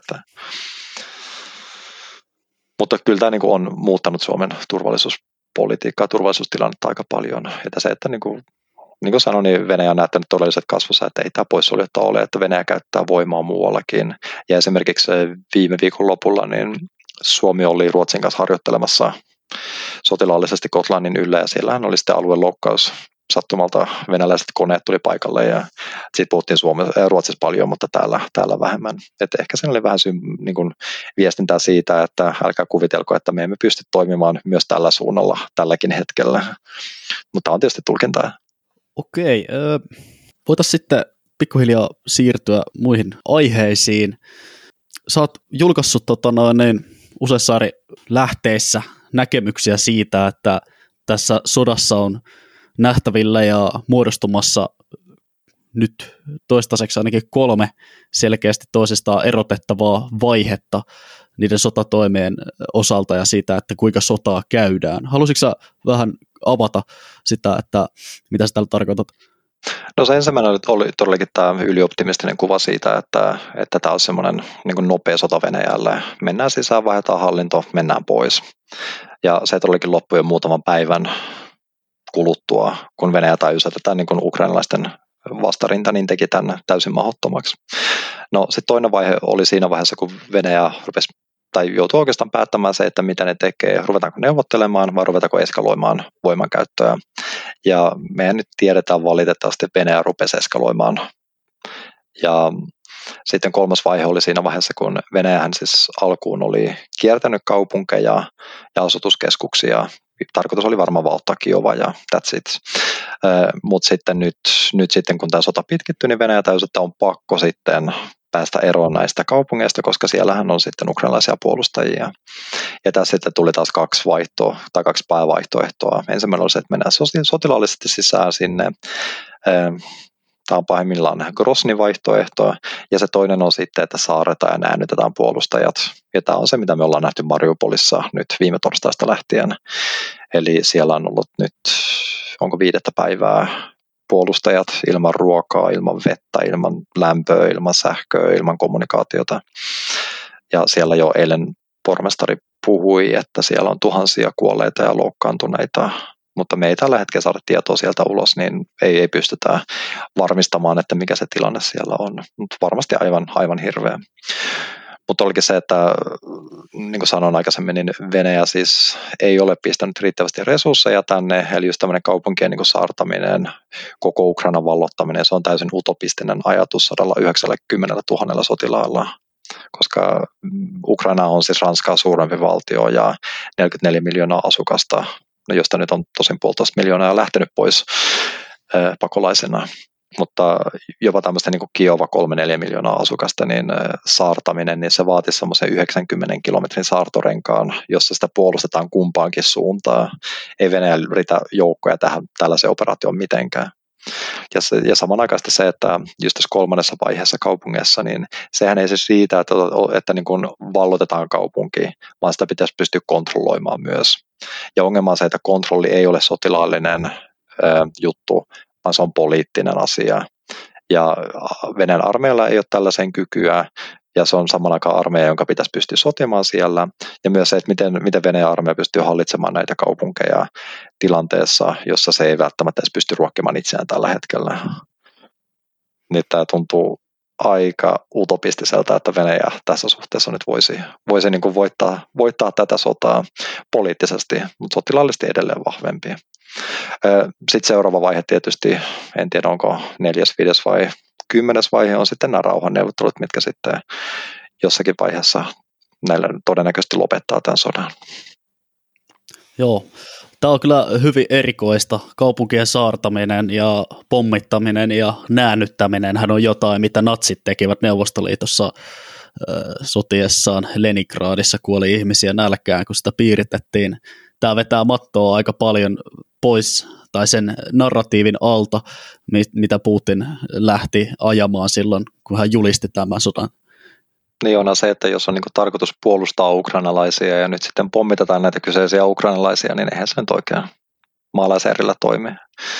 Mutta kyllä tämä niin kuin on muuttanut Suomen turvallisuuspolitiikkaa, turvallisuustilannetta aika paljon. Että se, että niin kuin sanoin, niin Venäjä on näyttänyt todelliset kasvussa, että ei tämä poissuljetta ole, että Venäjä käyttää voimaa muuallakin. Ja esimerkiksi viime viikon lopulla niin Suomi oli Ruotsin kanssa harjoittelemassa sotilaallisesti Gotlannin yllä, ja siellähän oli sitten alueloukkaus. Sattumalta venäläiset koneet tuli paikalle, ja siitä puhuttiin Ruotsissa paljon, mutta täällä vähemmän. Et ehkä siinä oli vähän niin kuin viestintää siitä, että älkää kuvitelko, että me emme pysty toimimaan myös tällä suunnalla tälläkin hetkellä. Mutta on tietysti tulkintaa. Okei, voitaisiin sitten pikkuhiljaa siirtyä muihin aiheisiin. Sä oot julkaissut useissa eri lähteissä näkemyksiä siitä, että tässä sodassa on nähtävillä ja muodostumassa nyt toistaiseksi ainakin 3 selkeästi toisistaan erotettavaa vaihetta niiden sotatoimien osalta ja siitä, että kuinka sotaa käydään. Haluaisitko sä vähän avata sitä, että mitä sä tällä tarkoitat? No se ensimmäinen oli todellakin tämä ylioptimistinen kuva siitä, että tämä on semmoinen niin kuin nopea sota Venäjälle. Mennään sisään, vaihdetaan hallinto, mennään pois. Ja se todellakin loppui jo muutaman päivän kuluttua, kun Venäjä tajusi, että tämä niin kuin ukrainalaisten vastarinta niin teki tämän täysin mahdottomaksi. No sitten toinen vaihe oli siinä vaiheessa, kun Venäjä joutui oikeastaan päättämään se, että mitä ne tekee, ruvetaanko neuvottelemaan vai ruvetaanko eskaloimaan voimankäyttöä. Ja mehän nyt tiedetään valitettavasti, että Venäjä rupesi eskaloimaan. Ja sitten kolmas vaihe oli siinä vaiheessa, kun Venäjähän siis alkuun oli kiertänyt kaupunkeja ja asutuskeskuksia. Tarkoitus oli varmaan valtaa Kiova ja that's it. Mutta sitten nyt sitten kun tämä sota pitkittyi, niin Venäjä täysin, että on pakko sitten päästä eroon näistä kaupungeista, koska siellähän on sitten ukrainalaisia puolustajia. Ja tässä sitten tuli taas kaksi päävaihtoehtoa. Ensimmäinen oli se, että mennään sotilaallisesti sisään sinne. Tämä on pahimmillaan Groznin vaihtoehto, ja se toinen on sitten, että saarretaan ja näännytetään puolustajat. Ja tämä on se, mitä me ollaan nähty Mariupolissa nyt viime torstaista lähtien. Eli siellä on ollut nyt, onko 5. päivää, puolustajat ilman ruokaa, ilman vettä, ilman lämpöä, ilman sähköä, ilman kommunikaatiota. Ja siellä jo eilen pormestari puhui, että siellä on tuhansia kuolleita ja loukkaantuneita, mutta me ei tällä hetkellä saada tietoa sieltä ulos, niin ei pystytä varmistamaan, että mikä se tilanne siellä on. Mutta varmasti aivan hirveä. Mutta olikin se, että niin kuin sanoin aikaisemmin, niin Venäjä siis ei ole pistänyt riittävästi resursseja tänne, eli just tämmöinen kaupunkien niin kuin saartaminen, koko Ukrainan vallottaminen, se on täysin utopistinen ajatus 190 000 sotilaalla, koska Ukraina on siis Ranskaa suurempi valtio ja 44 miljoonaa asukasta, josta nyt on tosin 1,5 miljoonaa lähtenyt pois pakolaisena. Mutta jopa tämmöistä niin kuin Kiova 3-4 miljoonaa asukasta, niin saartaminen, niin se vaatii semmoisen 90 kilometrin saartorenkaan, jossa sitä puolustetaan kumpaankin suuntaan. Ei Venäjä yritä joukkoja tähän tällaiseen operaatioon mitenkään. Ja samanaikaisesti se, että just tässä kolmannessa vaiheessa kaupungeissa, niin sehän ei siis riitä, että niin kuin vallotetaan kaupunki, vaan sitä pitäisi pystyä kontrolloimaan myös. Ja ongelma on se, että kontrolli ei ole sotilaallinen juttu, vaan se on poliittinen asia. Ja Venäjän armeijalla ei ole tällaisen kykyä, ja se on saman aikaan armeija, jonka pitäisi pystyä sotimaan siellä. Ja myös se, että miten Venäjän armeija pystyy hallitsemaan näitä kaupunkeja tilanteessa, jossa se ei välttämättä edes pysty ruokkimaan itseään tällä hetkellä. Nyt tämä tuntuu aika utopistiselta, että Venäjä tässä suhteessa nyt voisi niin kuin voittaa tätä sotaa poliittisesti, mutta sotilaallisesti edelleen vahvempi. Sitten seuraava vaihe tietysti, en tiedä onko 4., 5. vai 10. vaihe on sitten nämä rauhanneuvottelut, mitkä sitten jossakin vaiheessa näillä todennäköisesti lopettaa tämän sodan. Joo, tämä on kyllä hyvin erikoista. Kaupunkien saartaminen ja pommittaminen ja näännyttäminen hän on jotain, mitä natsit tekivät Neuvostoliitossa sotiessaan Leningradissa, kuoli ihmisiä nälkään, kun sitä piiritettiin. Tämä vetää mattoa aika paljon pois tai sen narratiivin alta, mitä Putin lähti ajamaan silloin, kun hän julisti tämän sodan. Niin on se, että jos on niin kuin tarkoitus puolustaa ukrainalaisia ja nyt sitten pommitetaan näitä kyseisiä ukrainalaisia, niin eihän se nyt oikein maalaiserillä toimi.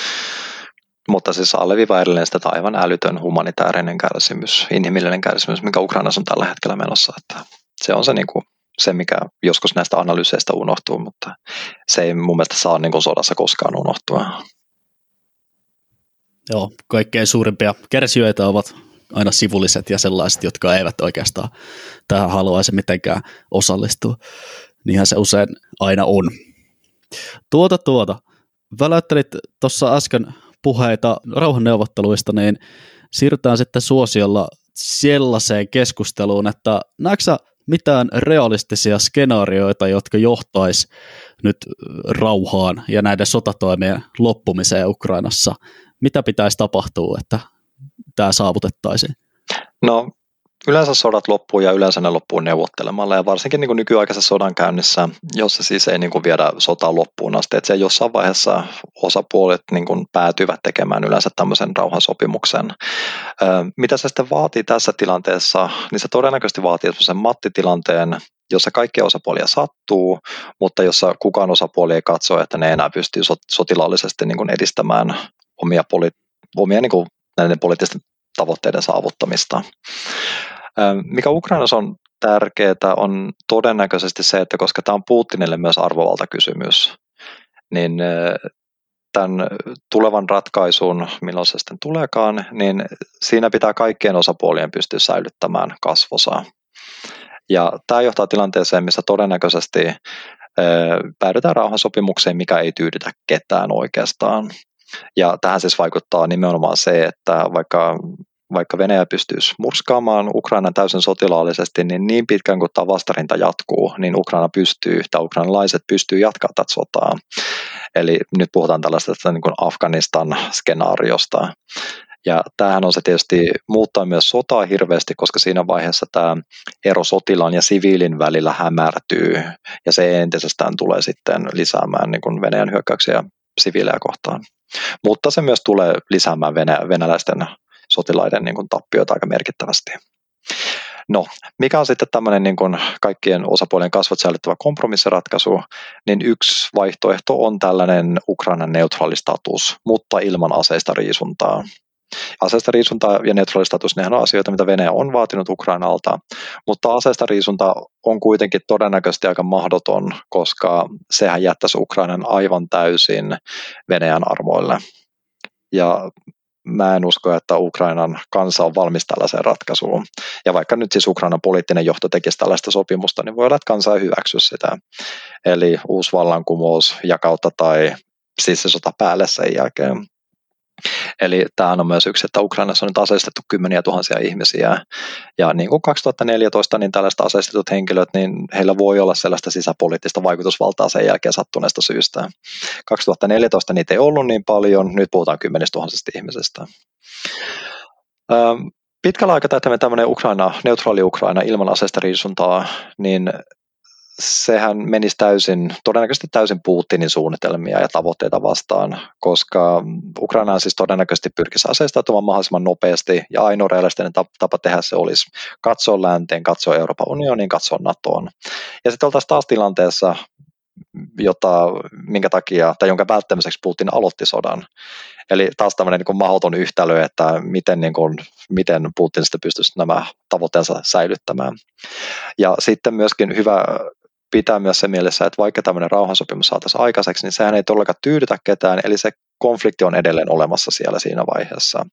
Mutta siis alleviiva edelleen sitä aivan älytön humanitaarinen kärsimys, inhimillinen kärsimys, mikä Ukrainassa on tällä hetkellä menossa. Että se on se, niin kuin, se, mikä joskus näistä analyyseistä unohtuu, mutta se ei mun mielestä saa niin kuin sodassa koskaan unohtua. Joo, kaikkein suurimpia kärsijöitä ovat aina sivulliset ja sellaiset, jotka eivät oikeastaan tähän haluaisi mitenkään osallistua. Niinhän se usein aina on. Väläyttelit tuossa äsken puheita rauhanneuvotteluista, niin siirrytään sitten suosiolla sellaiseen keskusteluun, että näetkö sä mitään realistisia skenaarioita, jotka johtaisi nyt rauhaan ja näiden sotatoimien loppumiseen Ukrainassa? Mitä pitäisi tapahtua, että tämä saavutettaisiin? No yleensä sodat loppuu ja yleensä ne loppuu neuvottelemalla ja varsinkin niin kuin nykyaikaisessa sodankäynnissä, jossa siis ei niin kuin viedä sotaa loppuun asti, että se jossain vaiheessa osapuolet niin kuin päätyvät tekemään yleensä tämmöisen rauhansopimuksen. Mitä se sitten vaatii tässä tilanteessa, niin se todennäköisesti vaatii semmoisen mattitilanteen, jossa kaikkia osapuolia sattuu, mutta jossa kukaan osapuoli ei katso, että ne enää pystyy sotilaallisesti niin kuin edistämään omia niin kuin näiden poliittisten tavoitteiden saavuttamista. Mikä Ukrainassa on tärkeää on todennäköisesti se, että koska tämä on Putinille myös arvovaltakysymys, niin tämän tulevan ratkaisun, milloin se sitten tuleekaan, niin siinä pitää kaikkien osapuolien pystyä säilyttämään kasvonsa. Ja tämä johtaa tilanteeseen, missä todennäköisesti päädytään rauhansopimukseen, mikä ei tyydytä ketään oikeastaan. Ja tähän siis vaikuttaa nimenomaan se, että vaikka Venäjä pystyisi murskaamaan Ukrainan täysin sotilaallisesti, niin pitkään kuin tämä vastarinta jatkuu, niin ukrainalaiset pystyy jatkamaan tätä sotaa. Eli nyt puhutaan tällaisesta niin kuin Afganistan-skenaariosta. Ja tämähän on se tietysti muuttaa myös sotaa hirveästi, koska siinä vaiheessa tämä ero sotilaan ja siviilin välillä hämärtyy, ja se entisestään tulee sitten lisäämään niin kuin Venäjän hyökkäyksiä siviilejä kohtaan. Mutta se myös tulee lisäämään venäläisten sotilaiden niin kuin tappioita aika merkittävästi. No, mikä on sitten tämmöinen niin kuin kaikkien osapuolien kasvot säilyttävä kompromissiratkaisu, niin yksi vaihtoehto on tällainen Ukrainan neutraalistatus, mutta ilman aseista riisuntaa. Aseista riisunta ja neutraalistatus, nehän on asioita, mitä Venäjä on vaatinut Ukrainalta, mutta aseista riisunta on kuitenkin todennäköisesti aika mahdoton, koska sehän jättäisi Ukrainan aivan täysin Venäjän armoille. Ja mä en usko, että Ukrainan kansa on valmis tällaiseen ratkaisuun. Ja vaikka nyt siis Ukrainan poliittinen johto tekisi tällaista sopimusta, niin voi olla, että kansa ei hyväksy sitä. Eli uusi vallankumous jakautta tai siis se sota päälle sen jälkeen. Eli tämä on myös yksi, että Ukrainassa on nyt aseistettu kymmeniä tuhansia ihmisiä, ja niin kuin 2014, niin tällaiset aseistetut henkilöt, niin heillä voi olla sellaista sisäpoliittista vaikutusvaltaa sen jälkeen sattuneesta syystä. 2014 niitä ei ollut niin paljon, nyt puhutaan kymmenistä tuhansista ihmisistä. Pitkällä aikataiteella tämmöinen neutraali Ukraina ilman aseista riisuntaa, niin sehän menisi todennäköisesti täysin Putinin suunnitelmia ja tavoitteita vastaan, koska Ukraina siis todennäköisesti pyrkisi aseistautumaan mahdollisimman nopeasti, ja ainoa realistinen tapa tehdä se olisi katsoa länteen, katsoa Euroopan unioniin, katsoa NATOon. Ja sitten oltaisiin taas tilanteessa, jonka välttämiseksi Putin aloitti sodan. Eli taas tämmöinen niin kuin mahdoton yhtälö, että miten Putin sitten pystyisi nämä tavoitteensa säilyttämään. Ja sitten myöskin hyvä pitää myös se mielessä, että vaikka tämmöinen rauhansopimus saataisiin aikaiseksi, niin sehän ei todellakaan tyydytä ketään, eli se konflikti on edelleen olemassa siellä siinä vaiheessa.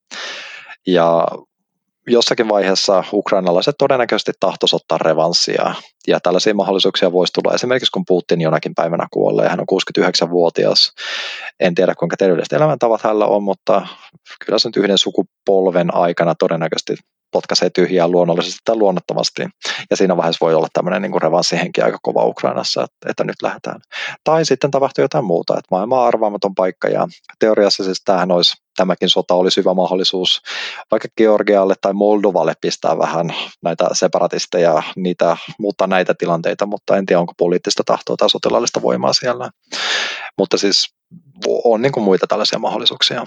Ja jossakin vaiheessa ukrainalaiset todennäköisesti tahtoisi ottaa revanssia, ja tällaisia mahdollisuuksia voisi tulla esimerkiksi, kun Putin jonakin päivänä kuolee, hän on 69-vuotias, en tiedä kuinka terveelliset elämäntavat hänellä on, mutta kyllä se nyt yhden sukupolven aikana todennäköisesti potkaisee tyhjää luonnollisesti tai luonnottomasti, ja siinä vaiheessa voi olla tämmöinen niin kuin revanssihenki aika kova Ukrainassa, että nyt lähdetään. Tai sitten tapahtuu jotain muuta, että maailma on arvaamaton paikka, ja teoriassa siis tämäkin sota olisi hyvä mahdollisuus vaikka Georgialle tai Moldovalle pistää vähän näitä separatisteja, muuttaa näitä tilanteita, mutta en tiedä, onko poliittista tahtoa tai sotilaallista voimaa siellä. Mutta siis on niin kuin muita tällaisia mahdollisuuksia.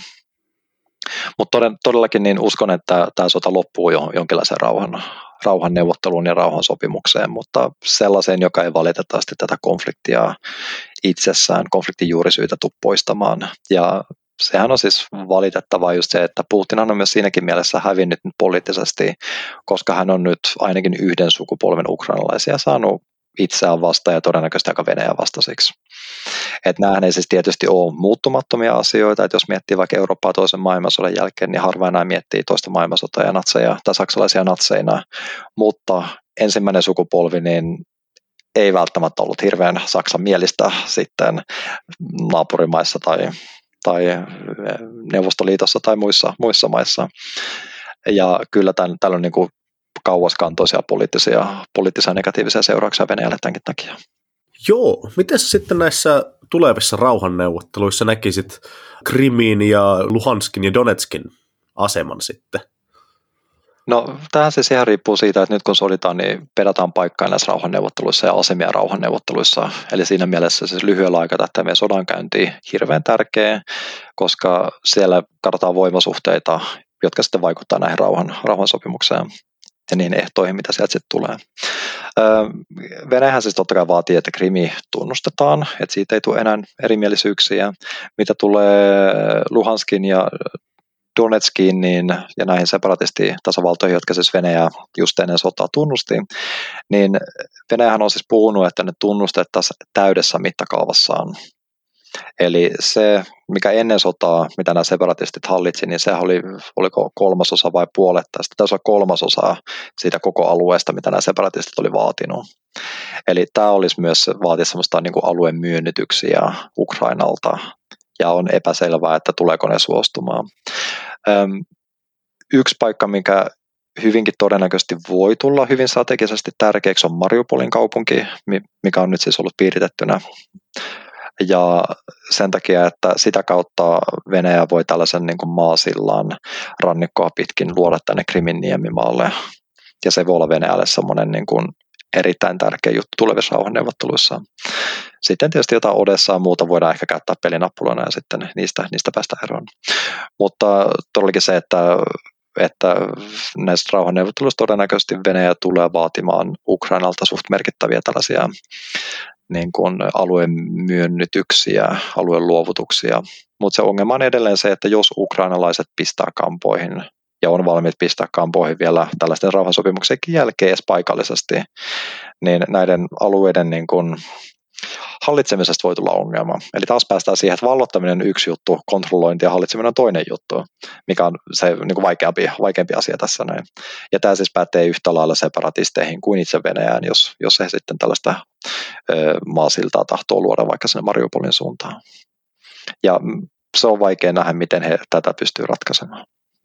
Mutta todellakin niin uskon, että tämä sota loppuu jonkinlaiseen rauhan neuvotteluun ja rauhan sopimukseen, mutta sellaiseen, joka ei valitettavasti tätä konfliktia itsessään, konfliktin juurisyitä tule poistamaan. Ja sehän on siis valitettavaa just se, että Putin on myös siinäkin mielessä hävinnyt nyt poliittisesti, koska hän on nyt ainakin yhden sukupolven ukrainalaisia saanut itseään vastaan ja todennäköisesti aika Venäjän vastaisiksi. Että nämähän ei siis tietysti ole muuttumattomia asioita, että jos miettii vaikka Eurooppaa toisen maailmansodan jälkeen, niin harva enää miettii toista maailmansotaa ja natseja tai saksalaisia natseina, mutta ensimmäinen sukupolvi niin ei välttämättä ollut hirveän Saksan mielistä sitten naapurimaissa tai Neuvostoliitossa tai muissa maissa. Ja kyllä tällä on niin kuin kauaskantoisia poliittisia negatiivisia seurauksia Venäjälle tämänkin takia. Joo, miten sitten näissä tulevissa rauhanneuvotteluissa näkisit Krimin ja Luhanskin ja Donetskin aseman sitten? No tähän siis ihan riippuu siitä, että nyt kun soditaan, niin pedataan paikkaa näissä rauhanneuvotteluissa ja asemia rauhanneuvotteluissa. Eli siinä mielessä siis lyhyellä aikatahteella sodankäynti hirveän tärkeä, koska siellä katsotaan voimasuhteita, jotka sitten vaikuttaa näihin rauhansopimukseen ja niihin ehtoihin, mitä sieltä sitten tulee. Venäjähän siis totta kai vaatii, että Krimi tunnustetaan, että siitä ei tule enää erimielisyyksiä. Mitä tulee Luhanskin ja Donetskiin ja näihin separatisti-tasavaltoihin, jotka siis Venäjä just ennen sotaa tunnusti, niin Venäjähän on siis puhunut, että ne tunnustettaisiin täydessä mittakaavassaan. Eli se, mikä ennen sotaa, mitä nämä separatistit hallitsi, niin se oliko kolmasosa vai puolet tästä. Tässä on kolmasosa siitä koko alueesta, mitä nämä separatistit oli vaatinut. Eli tämä olisi myös vaatia sellaista niin kuin alueen myönnytyksiä Ukrainalta, ja on epäselvää, että tuleeko ne suostumaan. Yksi paikka, mikä hyvinkin todennäköisesti voi tulla hyvin strategisesti tärkeäksi, on Mariupolin kaupunki, mikä on nyt siis ollut piiritettynä. ja sen takia, että sitä kautta Venäjä voi tällaisen niin kuin maasillan rannikkoa pitkin luoda tänne Krimin niemimaalle, ja se voi olla Venäjälle semmoinen niin kuin erittäin tärkeä juttu tulevissa rauhanneuvotteluissa. Sitten tietysti jotain Odessaa ja muuta voidaan ehkä käyttää pelinappuloina ja sitten niistä päästä eroon. Mutta todellakin se, että näistä rauhanneuvotteluista todennäköisesti Venäjä tulee vaatimaan Ukrainalta suht merkittäviä tällaisia niin kuin alueen myönnytyksiä, alueen luovutuksia. Mutta se ongelma on edelleen se, että jos ukrainalaiset pistää kampoihin ja on valmiit pistää kampoihin vielä tällaisten rauhansopimuksenkin jälkeen edes paikallisesti, niin näiden alueiden niin kuin hallitsemisesta voi tulla ongelma. Eli taas päästään siihen, että vallottaminen on yksi juttu, kontrollointi ja hallitseminen on toinen juttu, mikä on se niin kuin vaikeampi asia tässä näin. Ja tämä siis pätee yhtä lailla separatisteihin kuin itse Venäjään, jos he sitten tällaista maasiltaa tahtoo luoda vaikka sinne Mariupolin suuntaan. Ja se on vaikea nähdä, miten he tätä pystyy ratkaisemaan.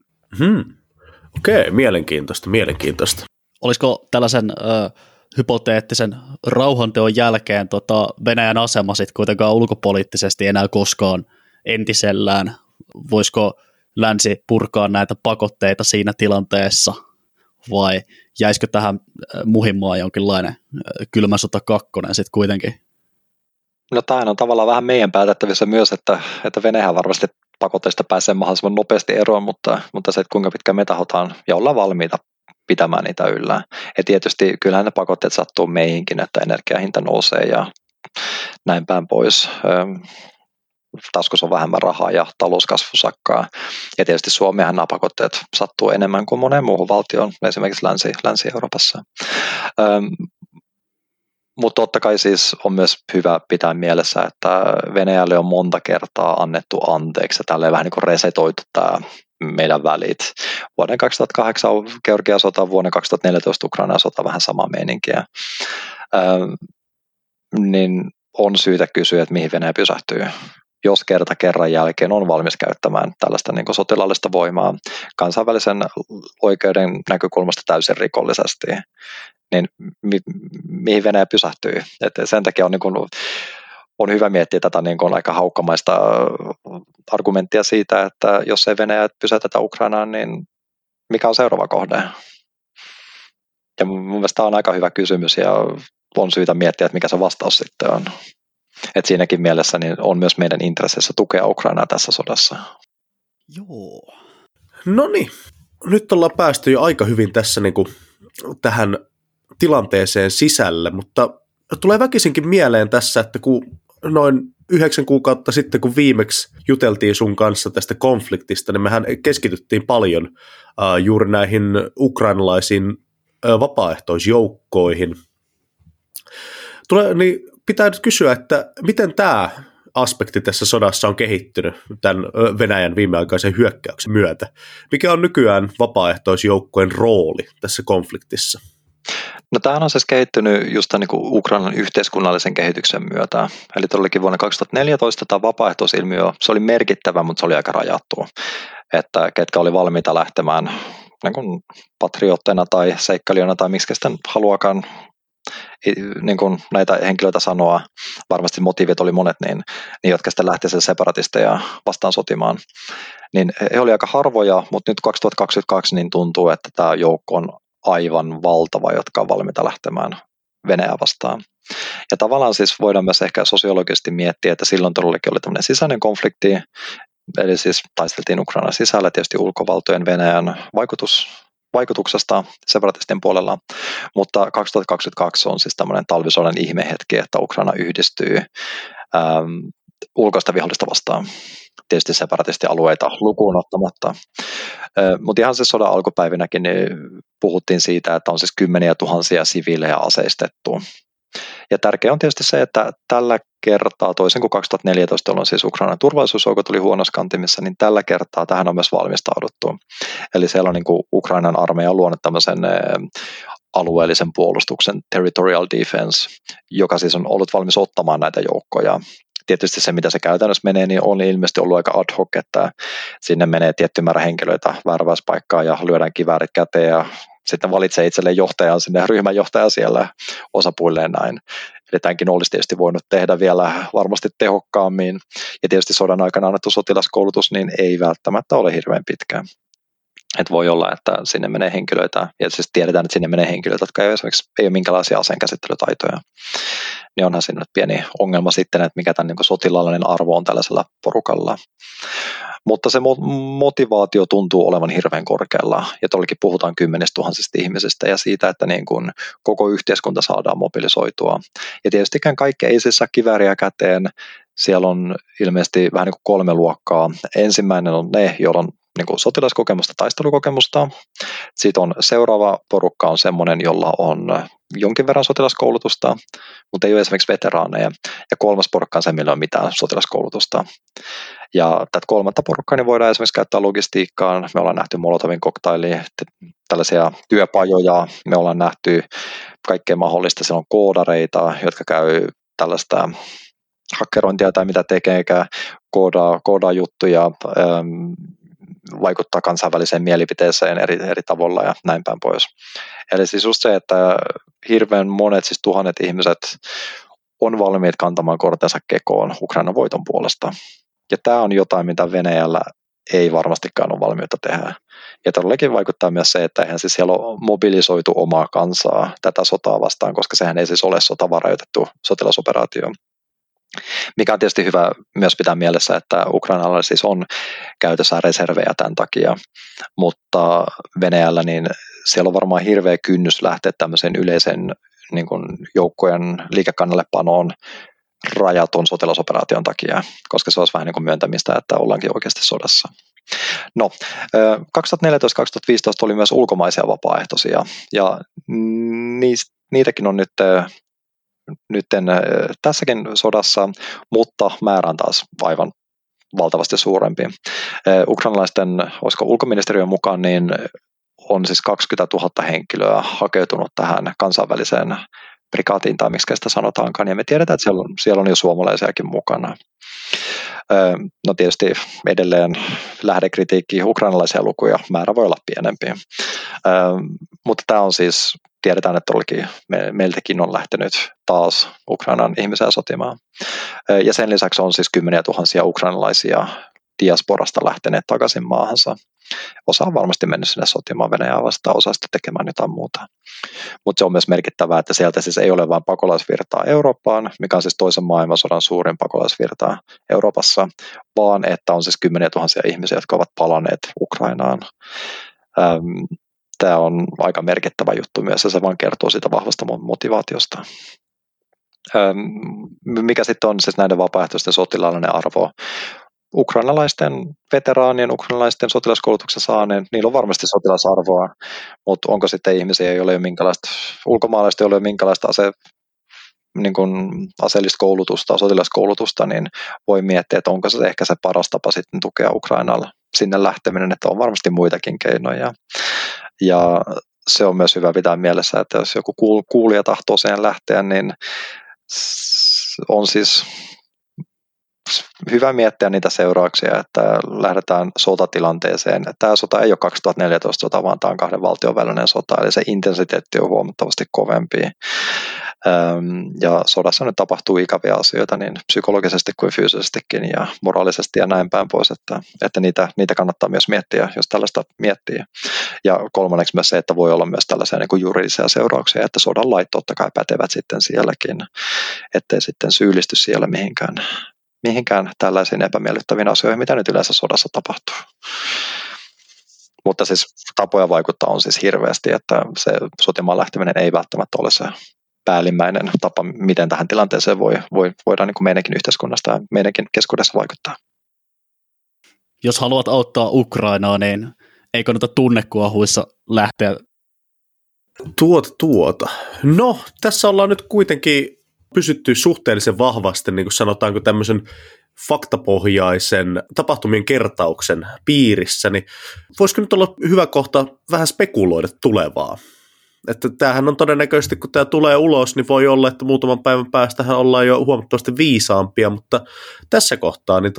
Okei, mielenkiintoista. Olisiko tällaisen hypoteettisen rauhanteon jälkeen Venäjän asema sitten kuitenkaan ulkopoliittisesti enää koskaan entisellään? Voisiko länsi purkaa näitä pakotteita siinä tilanteessa vai jäisikö tähän muhimaan jonkinlainen kylmä sota 2 sitten kuitenkin? No tämä on tavallaan vähän meidän päätettävissä myös, että Venäjä varmasti pakotteista pääsee mahdollisimman nopeasti eroon, mutta se, että kuinka pitkään me tahotaan ja ollaan valmiita pitämään niitä yllä. Ja tietysti kyllähän ne pakotteet sattuu meihinkin, että energiahinta nousee ja näin päin pois. Taskussa on vähemmän rahaa ja talouskasvu sakkaa. Ja tietysti Suomeenhan nämä pakotteet sattuu enemmän kuin moneen muuhun valtioon, esimerkiksi Länsi-Euroopassa. Mutta totta kai siis on myös hyvä pitää mielessä, että Venäjälle on monta kertaa annettu anteeksi ja tälleen vähän niin kuin resetoitu tämä meidän välit. Vuoden 2008 on Georgian sota, vuoden 2014 Ukrainan sota, vähän samaa meininkiä. Niin on syytä kysyä, että mihin Venäjä pysähtyy. Jos kerran jälkeen on valmis käyttämään tällaista niin kuin sotilaallista voimaa kansainvälisen oikeuden näkökulmasta täysin rikollisesti, niin mihin Venäjä pysähtyy. Et sen takia on, niin kuin, on hyvä miettiä tätä niin kuin aika haukkamaista argumenttia siitä, että jos ei Venäjä pysäytetä Ukrainaan, niin mikä on seuraava kohde? Ja mun mielestä tämä on aika hyvä kysymys ja on syytä miettiä, että mikä se vastaus sitten on. Et siinäkin mielessä niin on myös meidän intressissä tukea Ukrainaa tässä sodassa. Joo. No niin, nyt ollaan päästy jo aika hyvin tässä niin kuin tähän tilanteeseen sisälle, mutta tulee väkisinkin mieleen tässä, että kun noin 9 kuukautta sitten, kun viimeksi juteltiin sun kanssa tästä konfliktista, niin mehän keskityttiin paljon juuri näihin ukrainalaisiin vapaaehtoisjoukkoihin. Niin pitää nyt kysyä, että miten tämä aspekti tässä sodassa on kehittynyt tämän Venäjän viimeaikaisen hyökkäyksen myötä? Mikä on nykyään vapaaehtoisjoukkojen rooli tässä konfliktissa? No tämähän on siis kehittynyt just niin kuin Ukrainan yhteiskunnallisen kehityksen myötä. Eli todellakin vuonna 2014 tämä vapaaehtoisilmiö, se oli merkittävä, mutta se oli aika rajattu. Että ketkä oli valmiita lähtemään niin kuin patriotteina tai seikkailijoina tai miksi sitten haluakaan niin kuin näitä henkilöitä sanoa, varmasti motiivit oli monet, niin jotka sitten lähti sen separatisteja vastaan sotimaan. Niin he oli aika harvoja, mutta nyt 2022 niin tuntuu, että tämä joukko on aivan valtava, jotka on valmiita lähtemään Venäjää vastaan. Ja tavallaan siis voidaan myös ehkä sosiologisesti miettiä, että silloin todellakin oli tämmöinen sisäinen konflikti, eli siis taisteltiin Ukrainan sisällä tietysti ulkovaltojen Venäjän vaikutuksesta separatistien puolella, mutta 2022 on siis tämmöinen talvisodan ihmehetki, että Ukraina yhdistyy ulkoista vihollista vastaan. Tietysti separatistialueita lukuun ottamatta. Mutta ihan siis sodan alkupäivinäkin niin puhuttiin siitä, että on siis kymmeniä tuhansia siviilejä aseistettu. Ja tärkeää on tietysti se, että tällä kertaa, toisin kuin 2014, jolloin siis Ukrainan turvallisuusjoukot tuli huonossa kantimissa, niin tällä kertaa tähän on myös valmistauduttu. Eli siellä on niin kuin Ukrainan armeija luonut tämmöisen alueellisen puolustuksen, territorial defense, joka siis on ollut valmis ottamaan näitä joukkoja. Tietysti se, mitä se käytännössä menee, niin on ilmeisesti ollut aika ad hoc, että sinne menee tietty määrä henkilöitä värväyspaikkaan ja lyödään kiväärit käteen ja sitten valitsee itselleen johtajan, sinne ryhmänjohtaja siellä osapuilleen näin. Eli tämänkin olisi tietysti voinut tehdä vielä varmasti tehokkaammin. Ja tietysti sodan aikana annettu sotilaskoulutus niin ei välttämättä ole hirveän pitkään. Että voi olla, että sinne menee henkilöitä, ja siis tiedetään, että sinne menee henkilöitä, jotka ei ole minkälaisia aseenkäsittelytaitoja. Niin onhan siinä pieni ongelma sitten, että mikä tämän niin kuin sotilaallinen arvo on tällaisella porukalla. Mutta se motivaatio tuntuu olevan hirveän korkealla, ja tuollakin puhutaan 10 000 ihmisistä ja siitä, että niin kuin koko yhteiskunta saadaan mobilisoitua. Ja tietystikään kaikki ei siis saa kivääriä käteen. Siellä on ilmeisesti vähän niin kuin 3 luokkaa. Ensimmäinen on ne, joilla on niin kuin sotilaskokemusta, taistelukokemusta. Sitten on seuraava porukka on semmoinen, jolla on jonkin verran sotilaskoulutusta, mutta ei ole esimerkiksi veteraaneja. Ja 3. porukka on se, millä ei ole mitään sotilaskoulutusta. Ja tätä 3. porukkaa niin voidaan esimerkiksi käyttää logistiikkaan. Me ollaan nähty Molotovin cocktailia, tällaisia työpajoja. Me ollaan nähty kaikkea mahdollista. Siellä on koodareita, jotka käy tällaista hakkerointia tai mitä tekeekään, koodaa juttuja, vaikuttaa kansainväliseen mielipiteeseen eri tavoilla ja näin päin pois. Eli siis just se, että hirveän monet, siis 1000 ihmiset on valmiit kantamaan kortensa kekoon Ukrainan voiton puolesta. Ja tämä on jotain, mitä Venäjällä ei varmastikaan ole valmiutta tehdä. Ja todellakin vaikuttaa myös se, että eihän siis siellä ole mobilisoitu omaa kansaa tätä sotaa vastaan, koska sehän ei siis ole sotavarajoitettu sotilasoperaatio. Mikä on tietysti hyvä myös pitää mielessä, että Ukrainalla siis on käytössä reservejä tämän takia, mutta Venäjällä niin siellä on varmaan hirveä kynnys lähteä tämmöisen yleisen niin kuin joukkojen liikekannallepanoon rajatun sotilasoperaation takia, koska se olisi vähän niin kuin myöntämistä, että ollaankin oikeasti sodassa. No, 2014-2015 oli myös ulkomaisia vapaaehtoisia, ja niitäkin on nyt tässäkin sodassa, mutta määrä on taas aivan valtavasti suurempi. Ukrainalaisten, olisiko ulkoministeriön mukaan, niin on siis 20 000 henkilöä hakeutunut tähän kansainväliseen prikaatiin, tai miksi sitä sanotaankaan, ja me tiedetään, että siellä on jo suomalaisiakin mukana. No tietysti edelleen lähdekritiikki ukrainalaisia lukuja, määrä voi olla pienempi. Mutta tämä on siis, tiedetään, että meiltäkin on lähtenyt taas Ukrainan ihmisiä sotimaan. Ja sen lisäksi on siis 10 000 ukrainalaisia diasporasta lähteneet takaisin maahansa. Osa on varmasti mennyt sinne sotimaan Venäjää vastaan, osa sitten tekemään jotain muuta. Mutta se on myös merkittävää, että sieltä siis ei ole vain pakolaisvirtaa Eurooppaan, mikä on siis toisen maailmansodan suurin pakolaisvirta Euroopassa, vaan että on siis 10 000 ihmisiä, jotka ovat palanneet Ukrainaan. Tämä on aika merkittävä juttu myös, ja se vaan kertoo siitä vahvasta motivaatiosta. Mikä sitten on siis näiden vapaaehtoisten sotilaallinen arvo? Ukrainalaisten veteraanien, ukrainalaisten sotilaskoulutuksen saaneen, niillä on varmasti sotilasarvoa, mutta onko sitten ihmisiä, joilla ei ole minkälaista, ulkomaalaista, joilla ei ole minkälaista aseellista koulutusta, sotilaskoulutusta, niin voi miettiä, että onko se ehkä se paras tapa sitten tukea Ukrainalla sinne lähteminen, että on varmasti muitakin keinoja. Ja se on myös hyvä pitää mielessä, että jos joku kuulija tahtoo siihen lähteä, niin on siis hyvä miettiä niitä seurauksia, että lähdetään sotatilanteeseen. Tämä sota ei ole 2014 sota, vaan tämä on 2 valtion välinen sota, eli se intensiteetti on huomattavasti kovempi. Ja sodassa nyt tapahtuu ikäviä asioita niin psykologisesti kuin fyysisestikin ja moraalisesti ja näin päin pois, että niitä kannattaa myös miettiä, jos tällaista miettii. Ja kolmanneksi myös se, että voi olla myös tällaisia niin kuin juridisia seurauksia, että sodan lait totta kai pätevät sitten sielläkin, ettei sitten syyllisty siellä mihinkään tällaisiin epämiellyttäviin asioihin, mitä nyt yleensä sodassa tapahtuu. Mutta siis tapoja vaikuttaa on siis hirveästi, että se sotimaan lähteminen ei välttämättä ole se päällimmäinen tapa, miten tähän tilanteeseen voidaan niin kuin meidänkin yhteiskunnasta ja meidänkin keskuudessa vaikuttaa. Jos haluat auttaa Ukrainaa, niin ei kannata tunnekuohuissa lähteä. No, tässä ollaan nyt kuitenkin pysytty suhteellisen vahvasti, niin kuin sanotaanko tämmöisen faktapohjaisen tapahtumien kertauksen piirissä, niin voisiko nyt olla hyvä kohta vähän spekuloida tulevaa? Että tämähän on todennäköisesti, kun tämä tulee ulos, niin voi olla, että muutaman päivän päästähän ollaan jo huomattavasti viisaampia, mutta tässä kohtaa, niin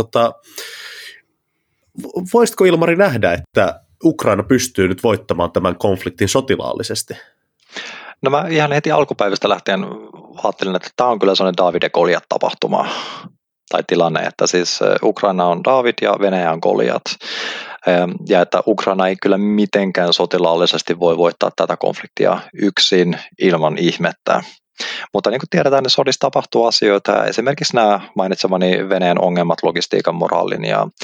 voisitko Ilmari nähdä, että Ukraina pystyy nyt voittamaan tämän konfliktin sotilaallisesti? No mä ihan heti alkupäivästä lähtien ajattelin, että tämä on kyllä sellainen Daavid ja Goliat-tapahtuma tai tilanne, että siis Ukraina on Daavid ja Venäjä on Goliat. Ja että Ukraina ei kyllä mitenkään sotilaallisesti voi voittaa tätä konfliktia yksin ilman ihmettä. Mutta niin kuin tiedetään, niin sodissa tapahtuu asioita. Esimerkiksi nämä mainitsemani Venäjän ongelmat logistiikan, moraalin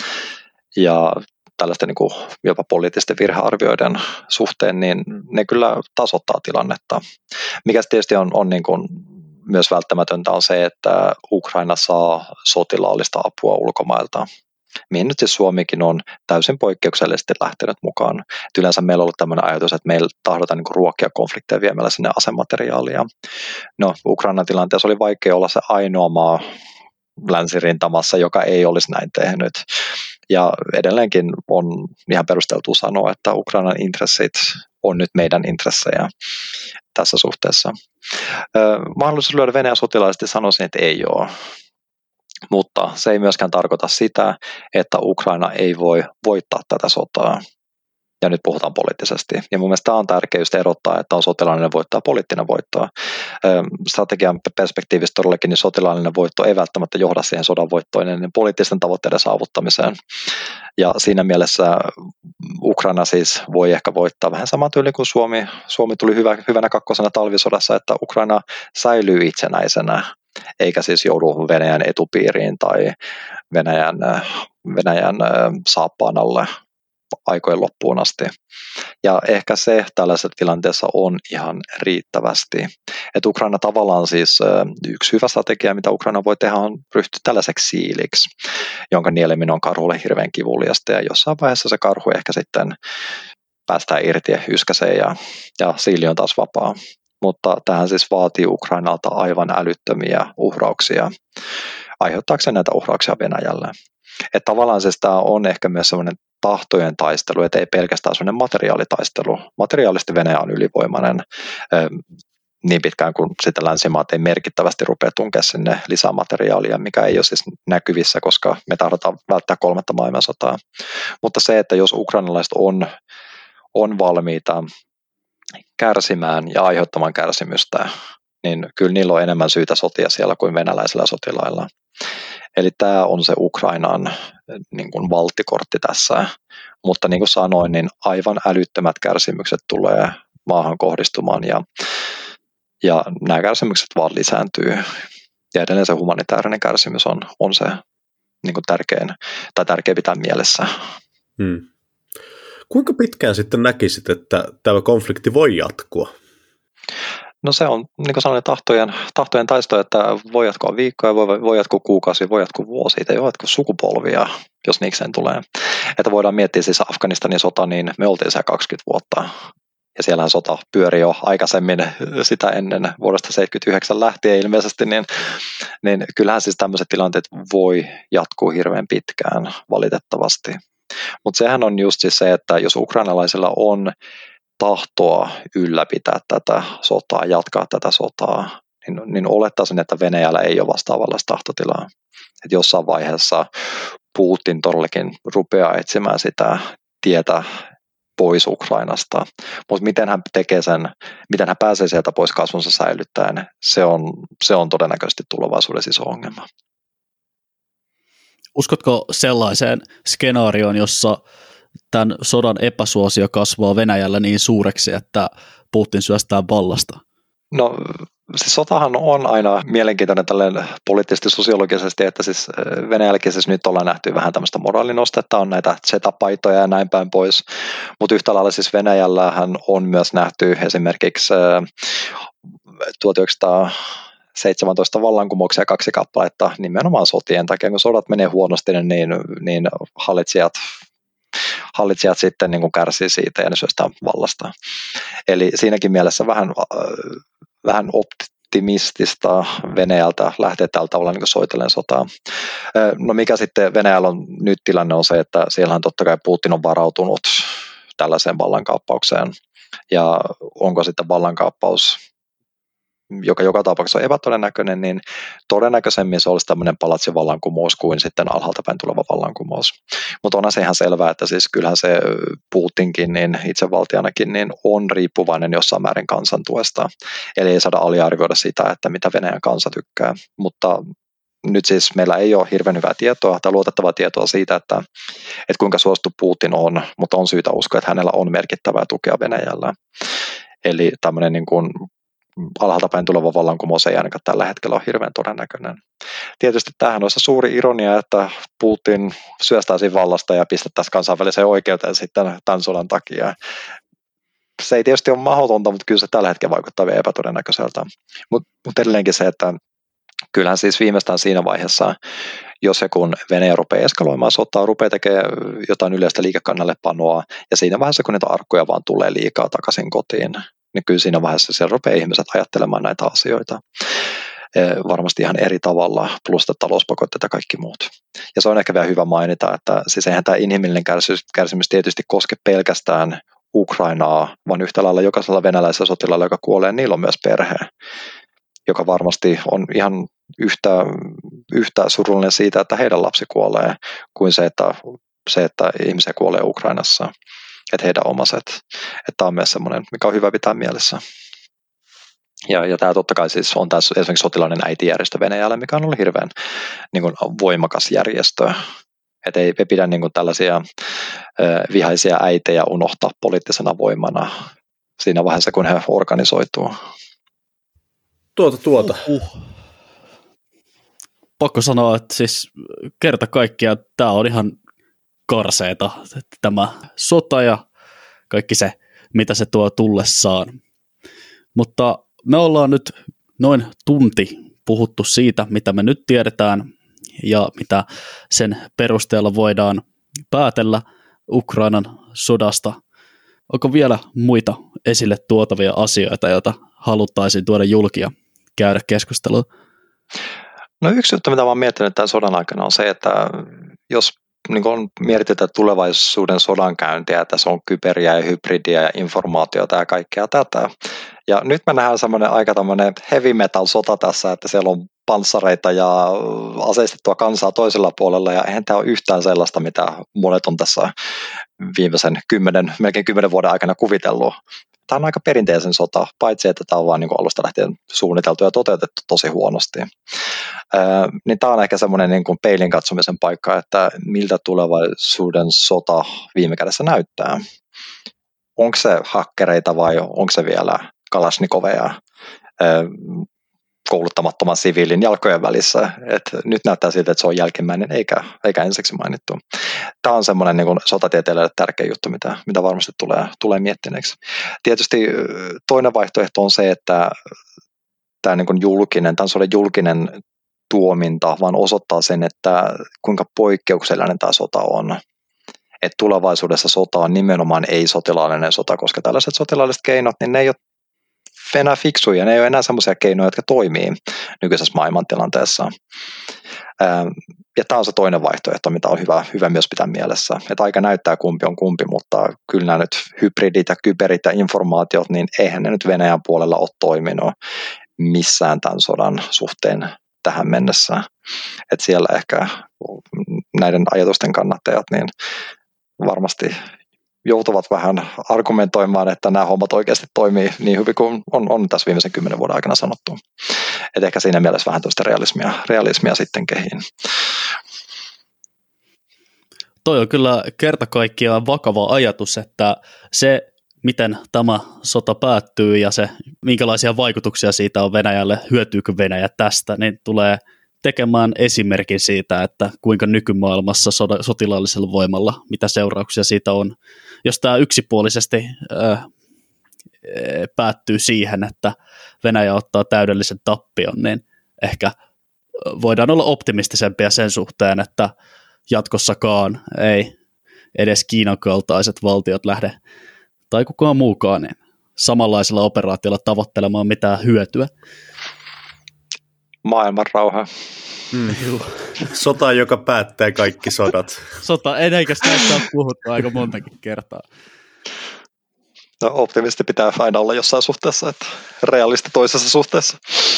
ja tällaisten niin kuin jopa poliittisten virhearvioiden suhteen, niin ne kyllä tasoittaa tilannetta. Mikä tietysti on niin kuin myös välttämätöntä on se, että Ukraina saa sotilaallista apua ulkomailta, mihin nyt siis Suomikin on täysin poikkeuksellisesti lähtenyt mukaan. Et yleensä meillä on ollut tämmöinen ajatus, että meillä tahdotaan niin kuin ruokkia konflikteja viemällä sinne asemateriaalia. No, Ukrainan tilanteessa oli vaikea olla se ainoa maa länsirintamassa, joka ei olisi näin tehnyt. Ja edelleenkin on ihan perusteltua sanoa, että Ukrainan intressit on nyt meidän intressejä tässä suhteessa. Mahdollisuus lyödä Venäjä sotilaallisesti sanoisin, että ei ole. Mutta se ei myöskään tarkoita sitä, että Ukraina ei voi voittaa tätä sotaa. Ja nyt puhutaan poliittisesti. Ja mun mielestä tämä on tärkeää just erottaa, että on sotilaallinen voitto ja poliittinen voitto. Strategian perspektiivistä todellakin niin sotilaallinen voitto ei välttämättä johda siihen sodan voittoon, niin poliittisten tavoitteiden saavuttamiseen. Ja siinä mielessä Ukraina siis voi ehkä voittaa vähän saman tyyliin kuin Suomi. Suomi tuli hyvänä kakkosena talvisodassa, että Ukraina säilyy itsenäisenä, eikä siis joudu Venäjän etupiiriin tai Venäjän saappaan alle aikojen loppuun asti. Ja ehkä se tällaisessa tilanteessa on ihan riittävästi. Että Ukraina tavallaan siis yksi hyvä strategia, mitä Ukraina voi tehdä, on ryhtyä tällaiseksi siiliksi, jonka nieleminen on karhulle hirveän kivuliasta, ja jossain vaiheessa se karhu ehkä sitten päästään irti ja yskäsee ja siili on taas vapaa. Mutta tähän siis vaatii Ukrainalta aivan älyttömiä uhrauksia, aiheuttaakseen näitä uhrauksia Venäjälle. Että tavallaan siis tämä on ehkä myös sellainen tahtojen taistelu, että ei pelkästään sellainen materiaalitaistelu. Materiaalisesti Venäjä on ylivoimainen niin pitkään kuin sitten länsimaat ei merkittävästi rupea tunkea sinne lisää materiaalia, mikä ei ole siis näkyvissä, koska me tahdotaan välttää 3. maailmansotaa. Mutta se, että jos ukrainalaiset on valmiita kärsimään ja aiheuttamaan kärsimystä, niin kyllä niillä on enemmän syytä sotia siellä kuin venäläisillä sotilailla. Eli tämä on se Ukrainan niin kuin valttikortti tässä, mutta niin kuin sanoin, niin aivan älyttömät kärsimykset tulee maahan kohdistumaan ja nämä kärsimykset vaan lisääntyy. Ja edelleen se humanitaarinen kärsimys on se niin kuin tärkeä pitää mielessä. Kuinka pitkään sitten näkisit, että tämä konflikti voi jatkua? No se on, niin kuin sanoin, tahtojen taisto, että voi jatkua viikkoja, voi jatkua kuukausia, voi jatkua vuosia, tai voi jatkua sukupolvia, jos niikseen tulee. Että voidaan miettiä siis Afganistanin sota, niin me oltiin siellä 20 vuotta. Ja siellähän sota pyöri jo aikaisemmin sitä ennen vuodesta 1979 lähtien ilmeisesti, niin kyllähän siis tämmöiset tilanteet voi jatkuu hirveän pitkään valitettavasti. Mutta sehän on just siis se, että jos ukrainalaisilla on tahtoa ylläpitää tätä sotaa, jatkaa tätä sotaa, niin olettaisin, että Venäjällä ei ole vastaavanlaista tahtotilaa. Että jossain vaiheessa Putin todellakin rupeaa etsimään sitä tietä pois Ukrainasta, mutta miten hän tekee sen, miten hän pääsee sieltä pois kasvunsa säilyttäen, se on todennäköisesti tulevaisuudessa iso ongelma. Uskotko sellaiseen skenaarioon, jossa tämän sodan epäsuosio kasvaa Venäjällä niin suureksi, että Putin syöstää vallasta? No siis sotahan on aina mielenkiintoinen tälleen poliittisesti sosiologisesti, että siis Venäjälläkin siis nyt ollaan nähty vähän tämmöistä moraalinostetta, on näitä Z-paitoja ja näin päin pois, mutta yhtä lailla siis Venäjällähän on myös nähty esimerkiksi 1917 vallankumouksia 2 kappaletta nimenomaan sotien takia, kun sodat menee huonosti, niin hallitsijat sitten niin kuin kärsii siitä ja ne syöstää vallasta. Eli siinäkin mielessä vähän optimistista Venäjältä lähtee tällä tavalla niin kuin soitellen sotaa. No mikä sitten Venäjällä on nyt tilanne on se, että siellähän totta kai Putin on varautunut tällaiseen vallankaappaukseen. Ja onko sitten vallankaappaus joka tapauksessa on epätodennäköinen, niin todennäköisemmin se olisi tämmöinen palatsivallankumous kuin sitten alhaalta päin tuleva vallankumous. Mutta onhan se ihan selvää, että siis kyllähän se Putinkin niin itsevaltianakin niin on riippuvainen jossain määrin kansantuesta. Eli ei saada aliarvioida sitä, että mitä Venäjän kansa tykkää. Mutta nyt siis meillä ei ole hirveän hyvää tietoa tai luotettavaa tietoa siitä, että kuinka suosittu Putin on, mutta on syytä uskoa, että hänellä on merkittävää tukea Venäjällä. Eli tämmöinen niin kuin alhaalta päin tuleva vallankumous ei ainakaan tällä hetkellä ole hirveän todennäköinen. Tietysti tämähän olisi suuri ironia, että Putin syöstäisi vallasta ja pistettäisiin kansainväliseen oikeuteen sitten tämän sodan takia. Se ei tietysti ole mahdotonta, mutta kyllä se tällä hetkellä vaikuttaa vielä epätodennäköiseltä. Mutta edelleenkin se, että kyllähän siis viimeistään siinä vaiheessa, jos ja kun Venäjä rupeaa eskaloimaan sotaa, rupeaa tekemään jotain yleistä liikekannallepanoa, ja siinä vaiheessa, kun niitä arkkuja vaan tulee liikaa takaisin kotiin, niin kyllä siinä vaiheessa siellä rupeaa ihmiset ajattelemaan näitä asioita. Varmasti ihan eri tavalla, plus talouspakotteet ja kaikki muut. Ja se on ehkä vielä hyvä mainita, että siis eihän tämä inhimillinen kärsimys tietysti koske pelkästään Ukrainaa, vaan yhtä lailla jokaisella venäläisellä sotilaalla, joka kuolee, niillä on myös perhe, joka varmasti on ihan yhtä surullinen siitä, että heidän lapsi kuolee, kuin se, että ihmisiä kuolee Ukrainassa, että heidän omaset. Että tämä on myös semmoinen, mikä on hyvä pitää mielessä. Ja tämä totta kai siis on tässä esimerkiksi sotilainen äitijärjestö Venäjällä, mikä on ollut hirveän niin kuin voimakas järjestö. Että ei pidä niin kuin tällaisia vihaisia äitejä unohtaa poliittisena voimana siinä vaiheessa, kun he organisoituu. Pakko sanoa, että siis kerta kaikkiaan tämä on ihan karseeta, tämä sota ja kaikki se, mitä se tuo tullessaan. Mutta me ollaan nyt noin tunti puhuttu siitä, mitä me nyt tiedetään ja mitä sen perusteella voidaan päätellä Ukrainan sodasta. Onko vielä muita esille tuotavia asioita, joita haluttaisiin tuoda julki ja käydä keskustelua? No yksi juttu, mitä mä oon miettinyt tämän sodan aikana on se, että jos niin on mietitään tulevaisuuden sodankäyntiä, että se on kyberiä ja hybridiä ja informaatiota ja kaikkea tätä. Ja nyt me nähdään semmoinen aika tämmöinen heavy metal sota tässä, että siellä on panssareita ja aseistettua kansaa toisella puolella, ja eihän tämä ole yhtään sellaista, mitä monet on tässä viimeisen melkein 10 vuoden aikana kuvitellut. Tämä on aika perinteisen sota, paitsi että tämä on vain niin alusta lähtien suunniteltu ja toteutettu tosi huonosti. Niin tämä on ehkä semmoinen niin kuin peilin katsomisen paikka, että miltä tulevaisuuden sota viime kädessä näyttää. Onko se hakkereita vai onko se vielä kalashnikoveja kouluttamattoman siviilin jalkojen välissä? Et nyt näyttää siltä, että se on jälkimmäinen eikä ensiksi mainittu. Tämä on semmoinen niin kuin sotatieteilijöille tärkeä juttu, mitä varmasti tulee miettineeksi. Tietysti toinen vaihtoehto on se, että tämä niin kuin julkinen tuominta vaan osoittaa sen, että kuinka poikkeuksellinen tämä sota on. Että tulevaisuudessa sota on nimenomaan ei-sotilaallinen sota, koska tällaiset sotilaalliset keinot, niin ne ei ole enää fiksuja, ne ei ole enää sellaisia keinoja, jotka toimii nykyisessä maailmantilanteessa. Ja tämä on se toinen vaihtoehto, mitä on hyvä myös pitää mielessä. Että aika näyttää kumpi on kumpi, mutta kyllä nämä nyt hybridit ja kyberit ja informaatiot, niin eihän ne nyt Venäjän puolella ole toiminut missään tämän sodan suhteen tähän mennessä. Että siellä ehkä näiden ajatusten kannattajat niin varmasti joutuvat vähän argumentoimaan, että nämä hommat oikeasti toimii niin hyvin kuin on tässä viimeisen 10 vuoden aikana sanottu. Et ehkä siinä mielessä vähän tuosta realismia sitten kehiin. Toi on kyllä kerta kaikkiaan vakava ajatus, että se, miten tämä sota päättyy ja se, minkälaisia vaikutuksia siitä on Venäjälle, hyötyykö Venäjä tästä, niin tulee tekemään esimerkin siitä, että kuinka nykymaailmassa sotilaallisella voimalla, mitä seurauksia siitä on. Jos tämä yksipuolisesti päättyy siihen, että Venäjä ottaa täydellisen tappion, niin ehkä voidaan olla optimistisempia sen suhteen, että jatkossakaan ei edes Kiinan kaltaiset valtiot lähde, tai kukaan muukaan, niin samanlaisella operaatiolla tavoittelemaan mitään hyötyä. Maailman rauha. Sota, joka päättää kaikki sodat. Sota, eikä sitä ole puhuttu aika montakin kertaa. No optimisti pitää aina olla jossain suhteessa, että realisti toisessa suhteessa.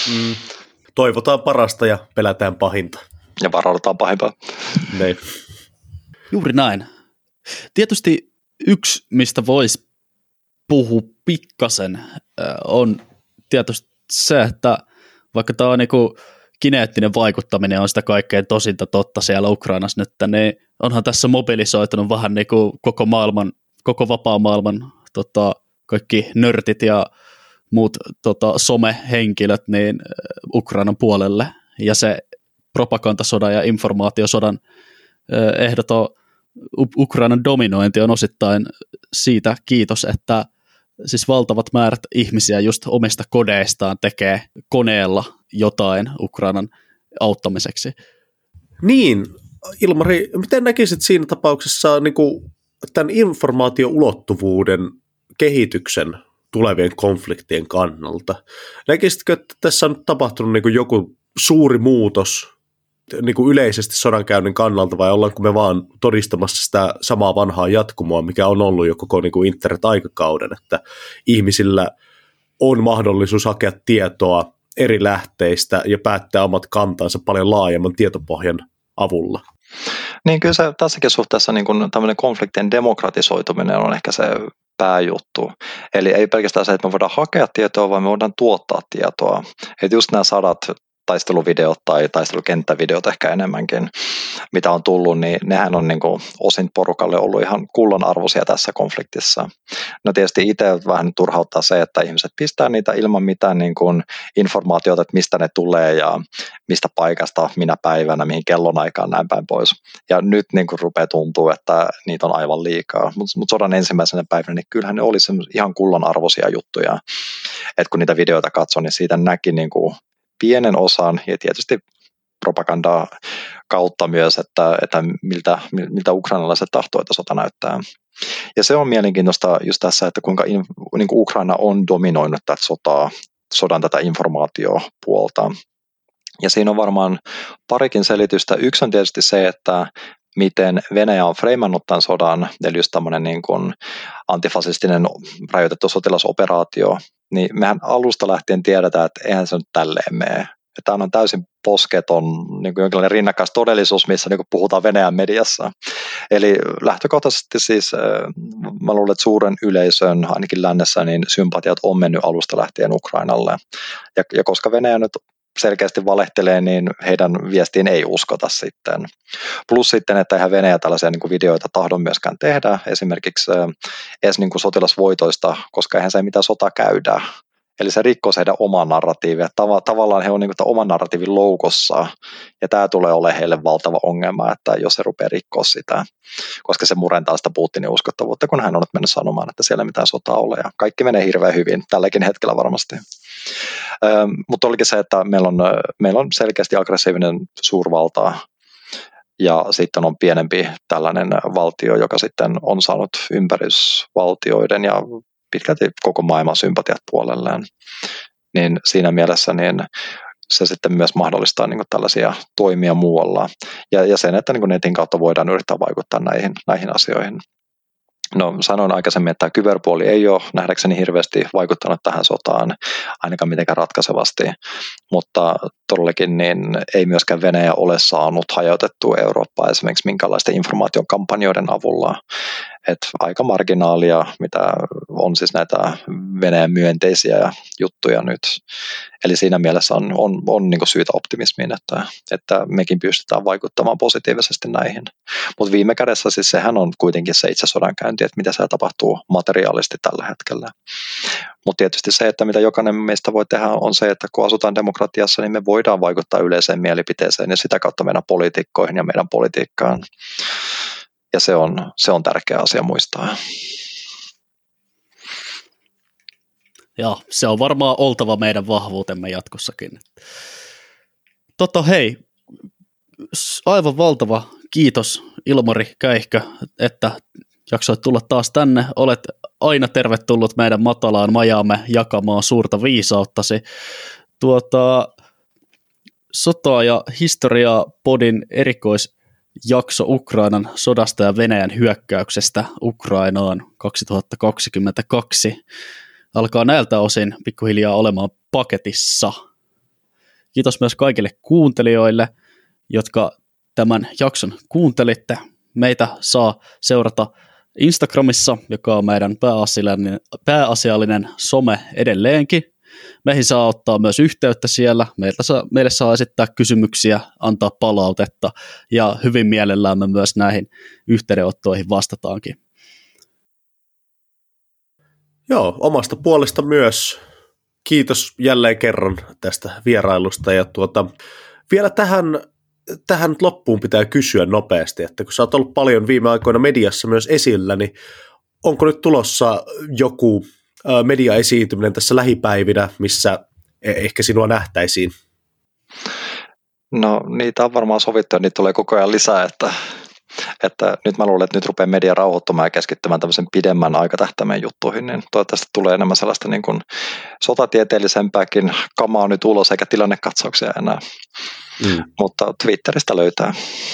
Toivotaan parasta ja pelätään pahinta. Ja varaudutaan pahimpaan. Nein. Juuri näin. Tietysti yksi, mistä voisi puhua pikkasen, on tietysti se, että vaikka tämä on niinku kineettinen vaikuttaminen on sitä kaikkein tosinta totta siellä Ukrainassa nyt, niin onhan tässä mobilisoitunut vähän niinku koko vapaa maailman kaikki nörtit ja muut somehenkilöt niin Ukrainan puolelle, ja se propagandasodan ja informaatiosodan ehdoton Ukrainan dominointi on osittain siitä kiitos, että siis valtavat määrät ihmisiä just omista kodeistaan tekee koneella jotain Ukrainan auttamiseksi. Niin, Ilmari, miten näkisit siinä tapauksessa niin kuin tämän informaatioulottuvuuden kehityksen tulevien konfliktien kannalta? Näkisitkö, että tässä on tapahtunut niin kuin joku suuri muutos niin kuin yleisesti sodankäynnin kannalta, vai ollaanko me vaan todistamassa sitä samaa vanhaa jatkumoa, mikä on ollut jo koko niin kuin internet-aikakauden, että ihmisillä on mahdollisuus hakea tietoa eri lähteistä ja päättää omat kantansa paljon laajemman tietopohjan avulla? Niin kyllä se tässäkin suhteessa niin kuin tämmöinen konfliktien demokratisoituminen on ehkä se pääjuttu. Eli ei pelkästään se, että me voidaan hakea tietoa, vaan me voidaan tuottaa tietoa. Että just nämä 100 taisteluvideot tai taistelukenttävideot ehkä enemmänkin, mitä on tullut, niin nehän on niin kuin osin porukalle ollut ihan kullanarvoisia tässä konfliktissa. No tietysti itse vähän turhauttaa se, että ihmiset pistää niitä ilman mitään niin kuin informaatiota, että mistä ne tulee ja mistä paikasta, minä päivänä, mihin kellonaikaan, näin päin pois. Ja nyt niin kuin rupeaa tuntua, että niitä on aivan liikaa. Mutta sodan ensimmäisenä päivänä, niin kyllähän ne oli ihan kullanarvoisia juttuja. Että kun niitä videoita katsoi, niin siitä näki niin kuin pienen osan ja tietysti propagandaa kautta myös, että miltä ukrainalaiset tahtoo, että sota näyttää. Ja se on mielenkiintoista just tässä, että kuinka niin kuin Ukraina on dominoinut tätä sodan tätä informaatiopuolta. Ja siinä on varmaan parikin selitystä. Yksi on tietysti se, että miten Venäjä on freimannut tämän sodan, eli just tämmöinen niin kuin antifasistinen rajoitettu sotilasoperaatio, niin mehän alusta lähtien tiedetään, että eihän se nyt tälleen mene. Tämä on täysin posketon niin kuin jonkinlainen rinnakkaistodellisuus, missä niin kuin puhutaan Venäjän mediassa. Eli lähtökohtaisesti siis mä luulen, että suuren yleisön, ainakin lännessä, niin sympatiat on mennyt alusta lähtien Ukrainalle. Ja koska Venäjä nyt selkeästi valehtelee, niin heidän viestiin ei uskota sitten. Plus sitten, että eihän Venäjä tällaisia niin kuin videoita tahdon myöskään tehdä, esimerkiksi edes niin kuin sotilasvoitoista, koska eihän se mitään sota käydä. Eli se rikkoo heidän oman narratiivin. Tavallaan he on niin kuin oman narratiivin loukossa, ja tämä tulee olemaan heille valtava ongelma, että jos he rupeaa rikkoa sitä, koska se murentaa sitä Putinin uskottavuutta, kun hän on nyt mennyt sanomaan, että siellä ei mitään sotaa ole, ja kaikki menee hirveän hyvin, tälläkin hetkellä varmasti. Mutta olikin se, että meillä on selkeästi aggressiivinen suurvalta, ja sitten on pienempi tällainen valtio, joka sitten on saanut ympärysvaltioiden ja pitkälti koko maailman sympatiat puolelleen. Niin siinä mielessä niin se sitten myös mahdollistaa niin kuin tällaisia toimia muualla. Ja sen, että niin kuin netin kautta voidaan yrittää vaikuttaa näihin asioihin. No sanoin aikaisemmin, että kyberpuoli ei ole nähdäkseni hirveästi vaikuttanut tähän sotaan, ainakaan mitenkään ratkaisevasti, mutta todellakin niin ei myöskään Venäjä ole saanut hajautettua Eurooppaa esimerkiksi minkälaisten informaatiokampanjoiden avulla. Että aika marginaalia, mitä on siis näitä Venäjän myönteisiä juttuja nyt. Eli siinä mielessä on niin kuin syytä optimismiin, että mekin pystytään vaikuttamaan positiivisesti näihin. Mutta viime kädessä siis sehän on kuitenkin se itse sodankäynti, että mitä siellä tapahtuu materiaalisesti tällä hetkellä. Mutta tietysti se, että mitä jokainen meistä voi tehdä, on se, että kun asutaan demokratiassa, niin me voidaan vaikuttaa yleiseen mielipiteeseen ja sitä kautta meidän poliitikkoihin ja meidän politiikkaan. Ja se on tärkeä asia muistaa. Ja se on varmaan oltava meidän vahvuutemme jatkossakin. Hei, aivan valtava kiitos Ilmari Käihkö, että jaksoit tulla taas tänne. Olet aina tervetullut meidän matalaan majaamme jakamaan suurta viisauttasi. Sotaa ja historiaa podin jakso Ukrainan sodasta ja Venäjän hyökkäyksestä Ukrainaan 2022 alkaa näiltä osin pikkuhiljaa olemaan paketissa. Kiitos myös kaikille kuuntelijoille, jotka tämän jakson kuuntelitte. Meitä saa seurata Instagramissa, joka on meidän pääasiallinen some edelleenkin. Meihin saa ottaa myös yhteyttä siellä. Meille saa esittää kysymyksiä, antaa palautetta ja hyvin mielellään me myös näihin yhteydenottoihin vastataankin. Joo, omasta puolesta myös. Kiitos jälleen kerran tästä vierailusta. Ja vielä tähän nyt loppuun pitää kysyä nopeasti, että kun sä oot ollut paljon viime aikoina mediassa myös esillä, niin onko nyt tulossa joku mediaesiintyminen tässä lähipäivinä, missä ehkä sinua nähtäisiin? No niitä on varmaan sovittu ja niitä tulee koko ajan lisää, että nyt mä luulen, että nyt rupeaa media rauhoittumaan ja keskittymään tämmöisen pidemmän aikatähtäimen juttuihin, niin toivottavasti tulee enemmän sellaista niin kuin sotatieteellisempääkin kamaa nyt ulos eikä tilannekatsauksia enää. Mutta Twitteristä löytää.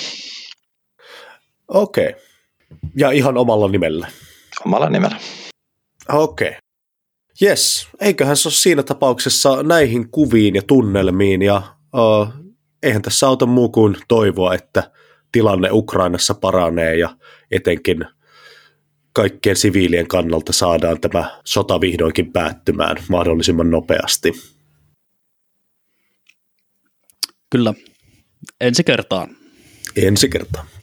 Okei. Ja ihan omalla nimellä? Omalla nimellä. Okei. Jes, eiköhän se ole siinä tapauksessa näihin kuviin ja tunnelmiin, ja eihän tässä auta muu kuin toivoa, että tilanne Ukrainassa paranee, ja etenkin kaikkien siviilien kannalta saadaan tämä sota vihdoinkin päättymään mahdollisimman nopeasti. Kyllä. Ensi kertaan. Ensi kertaan.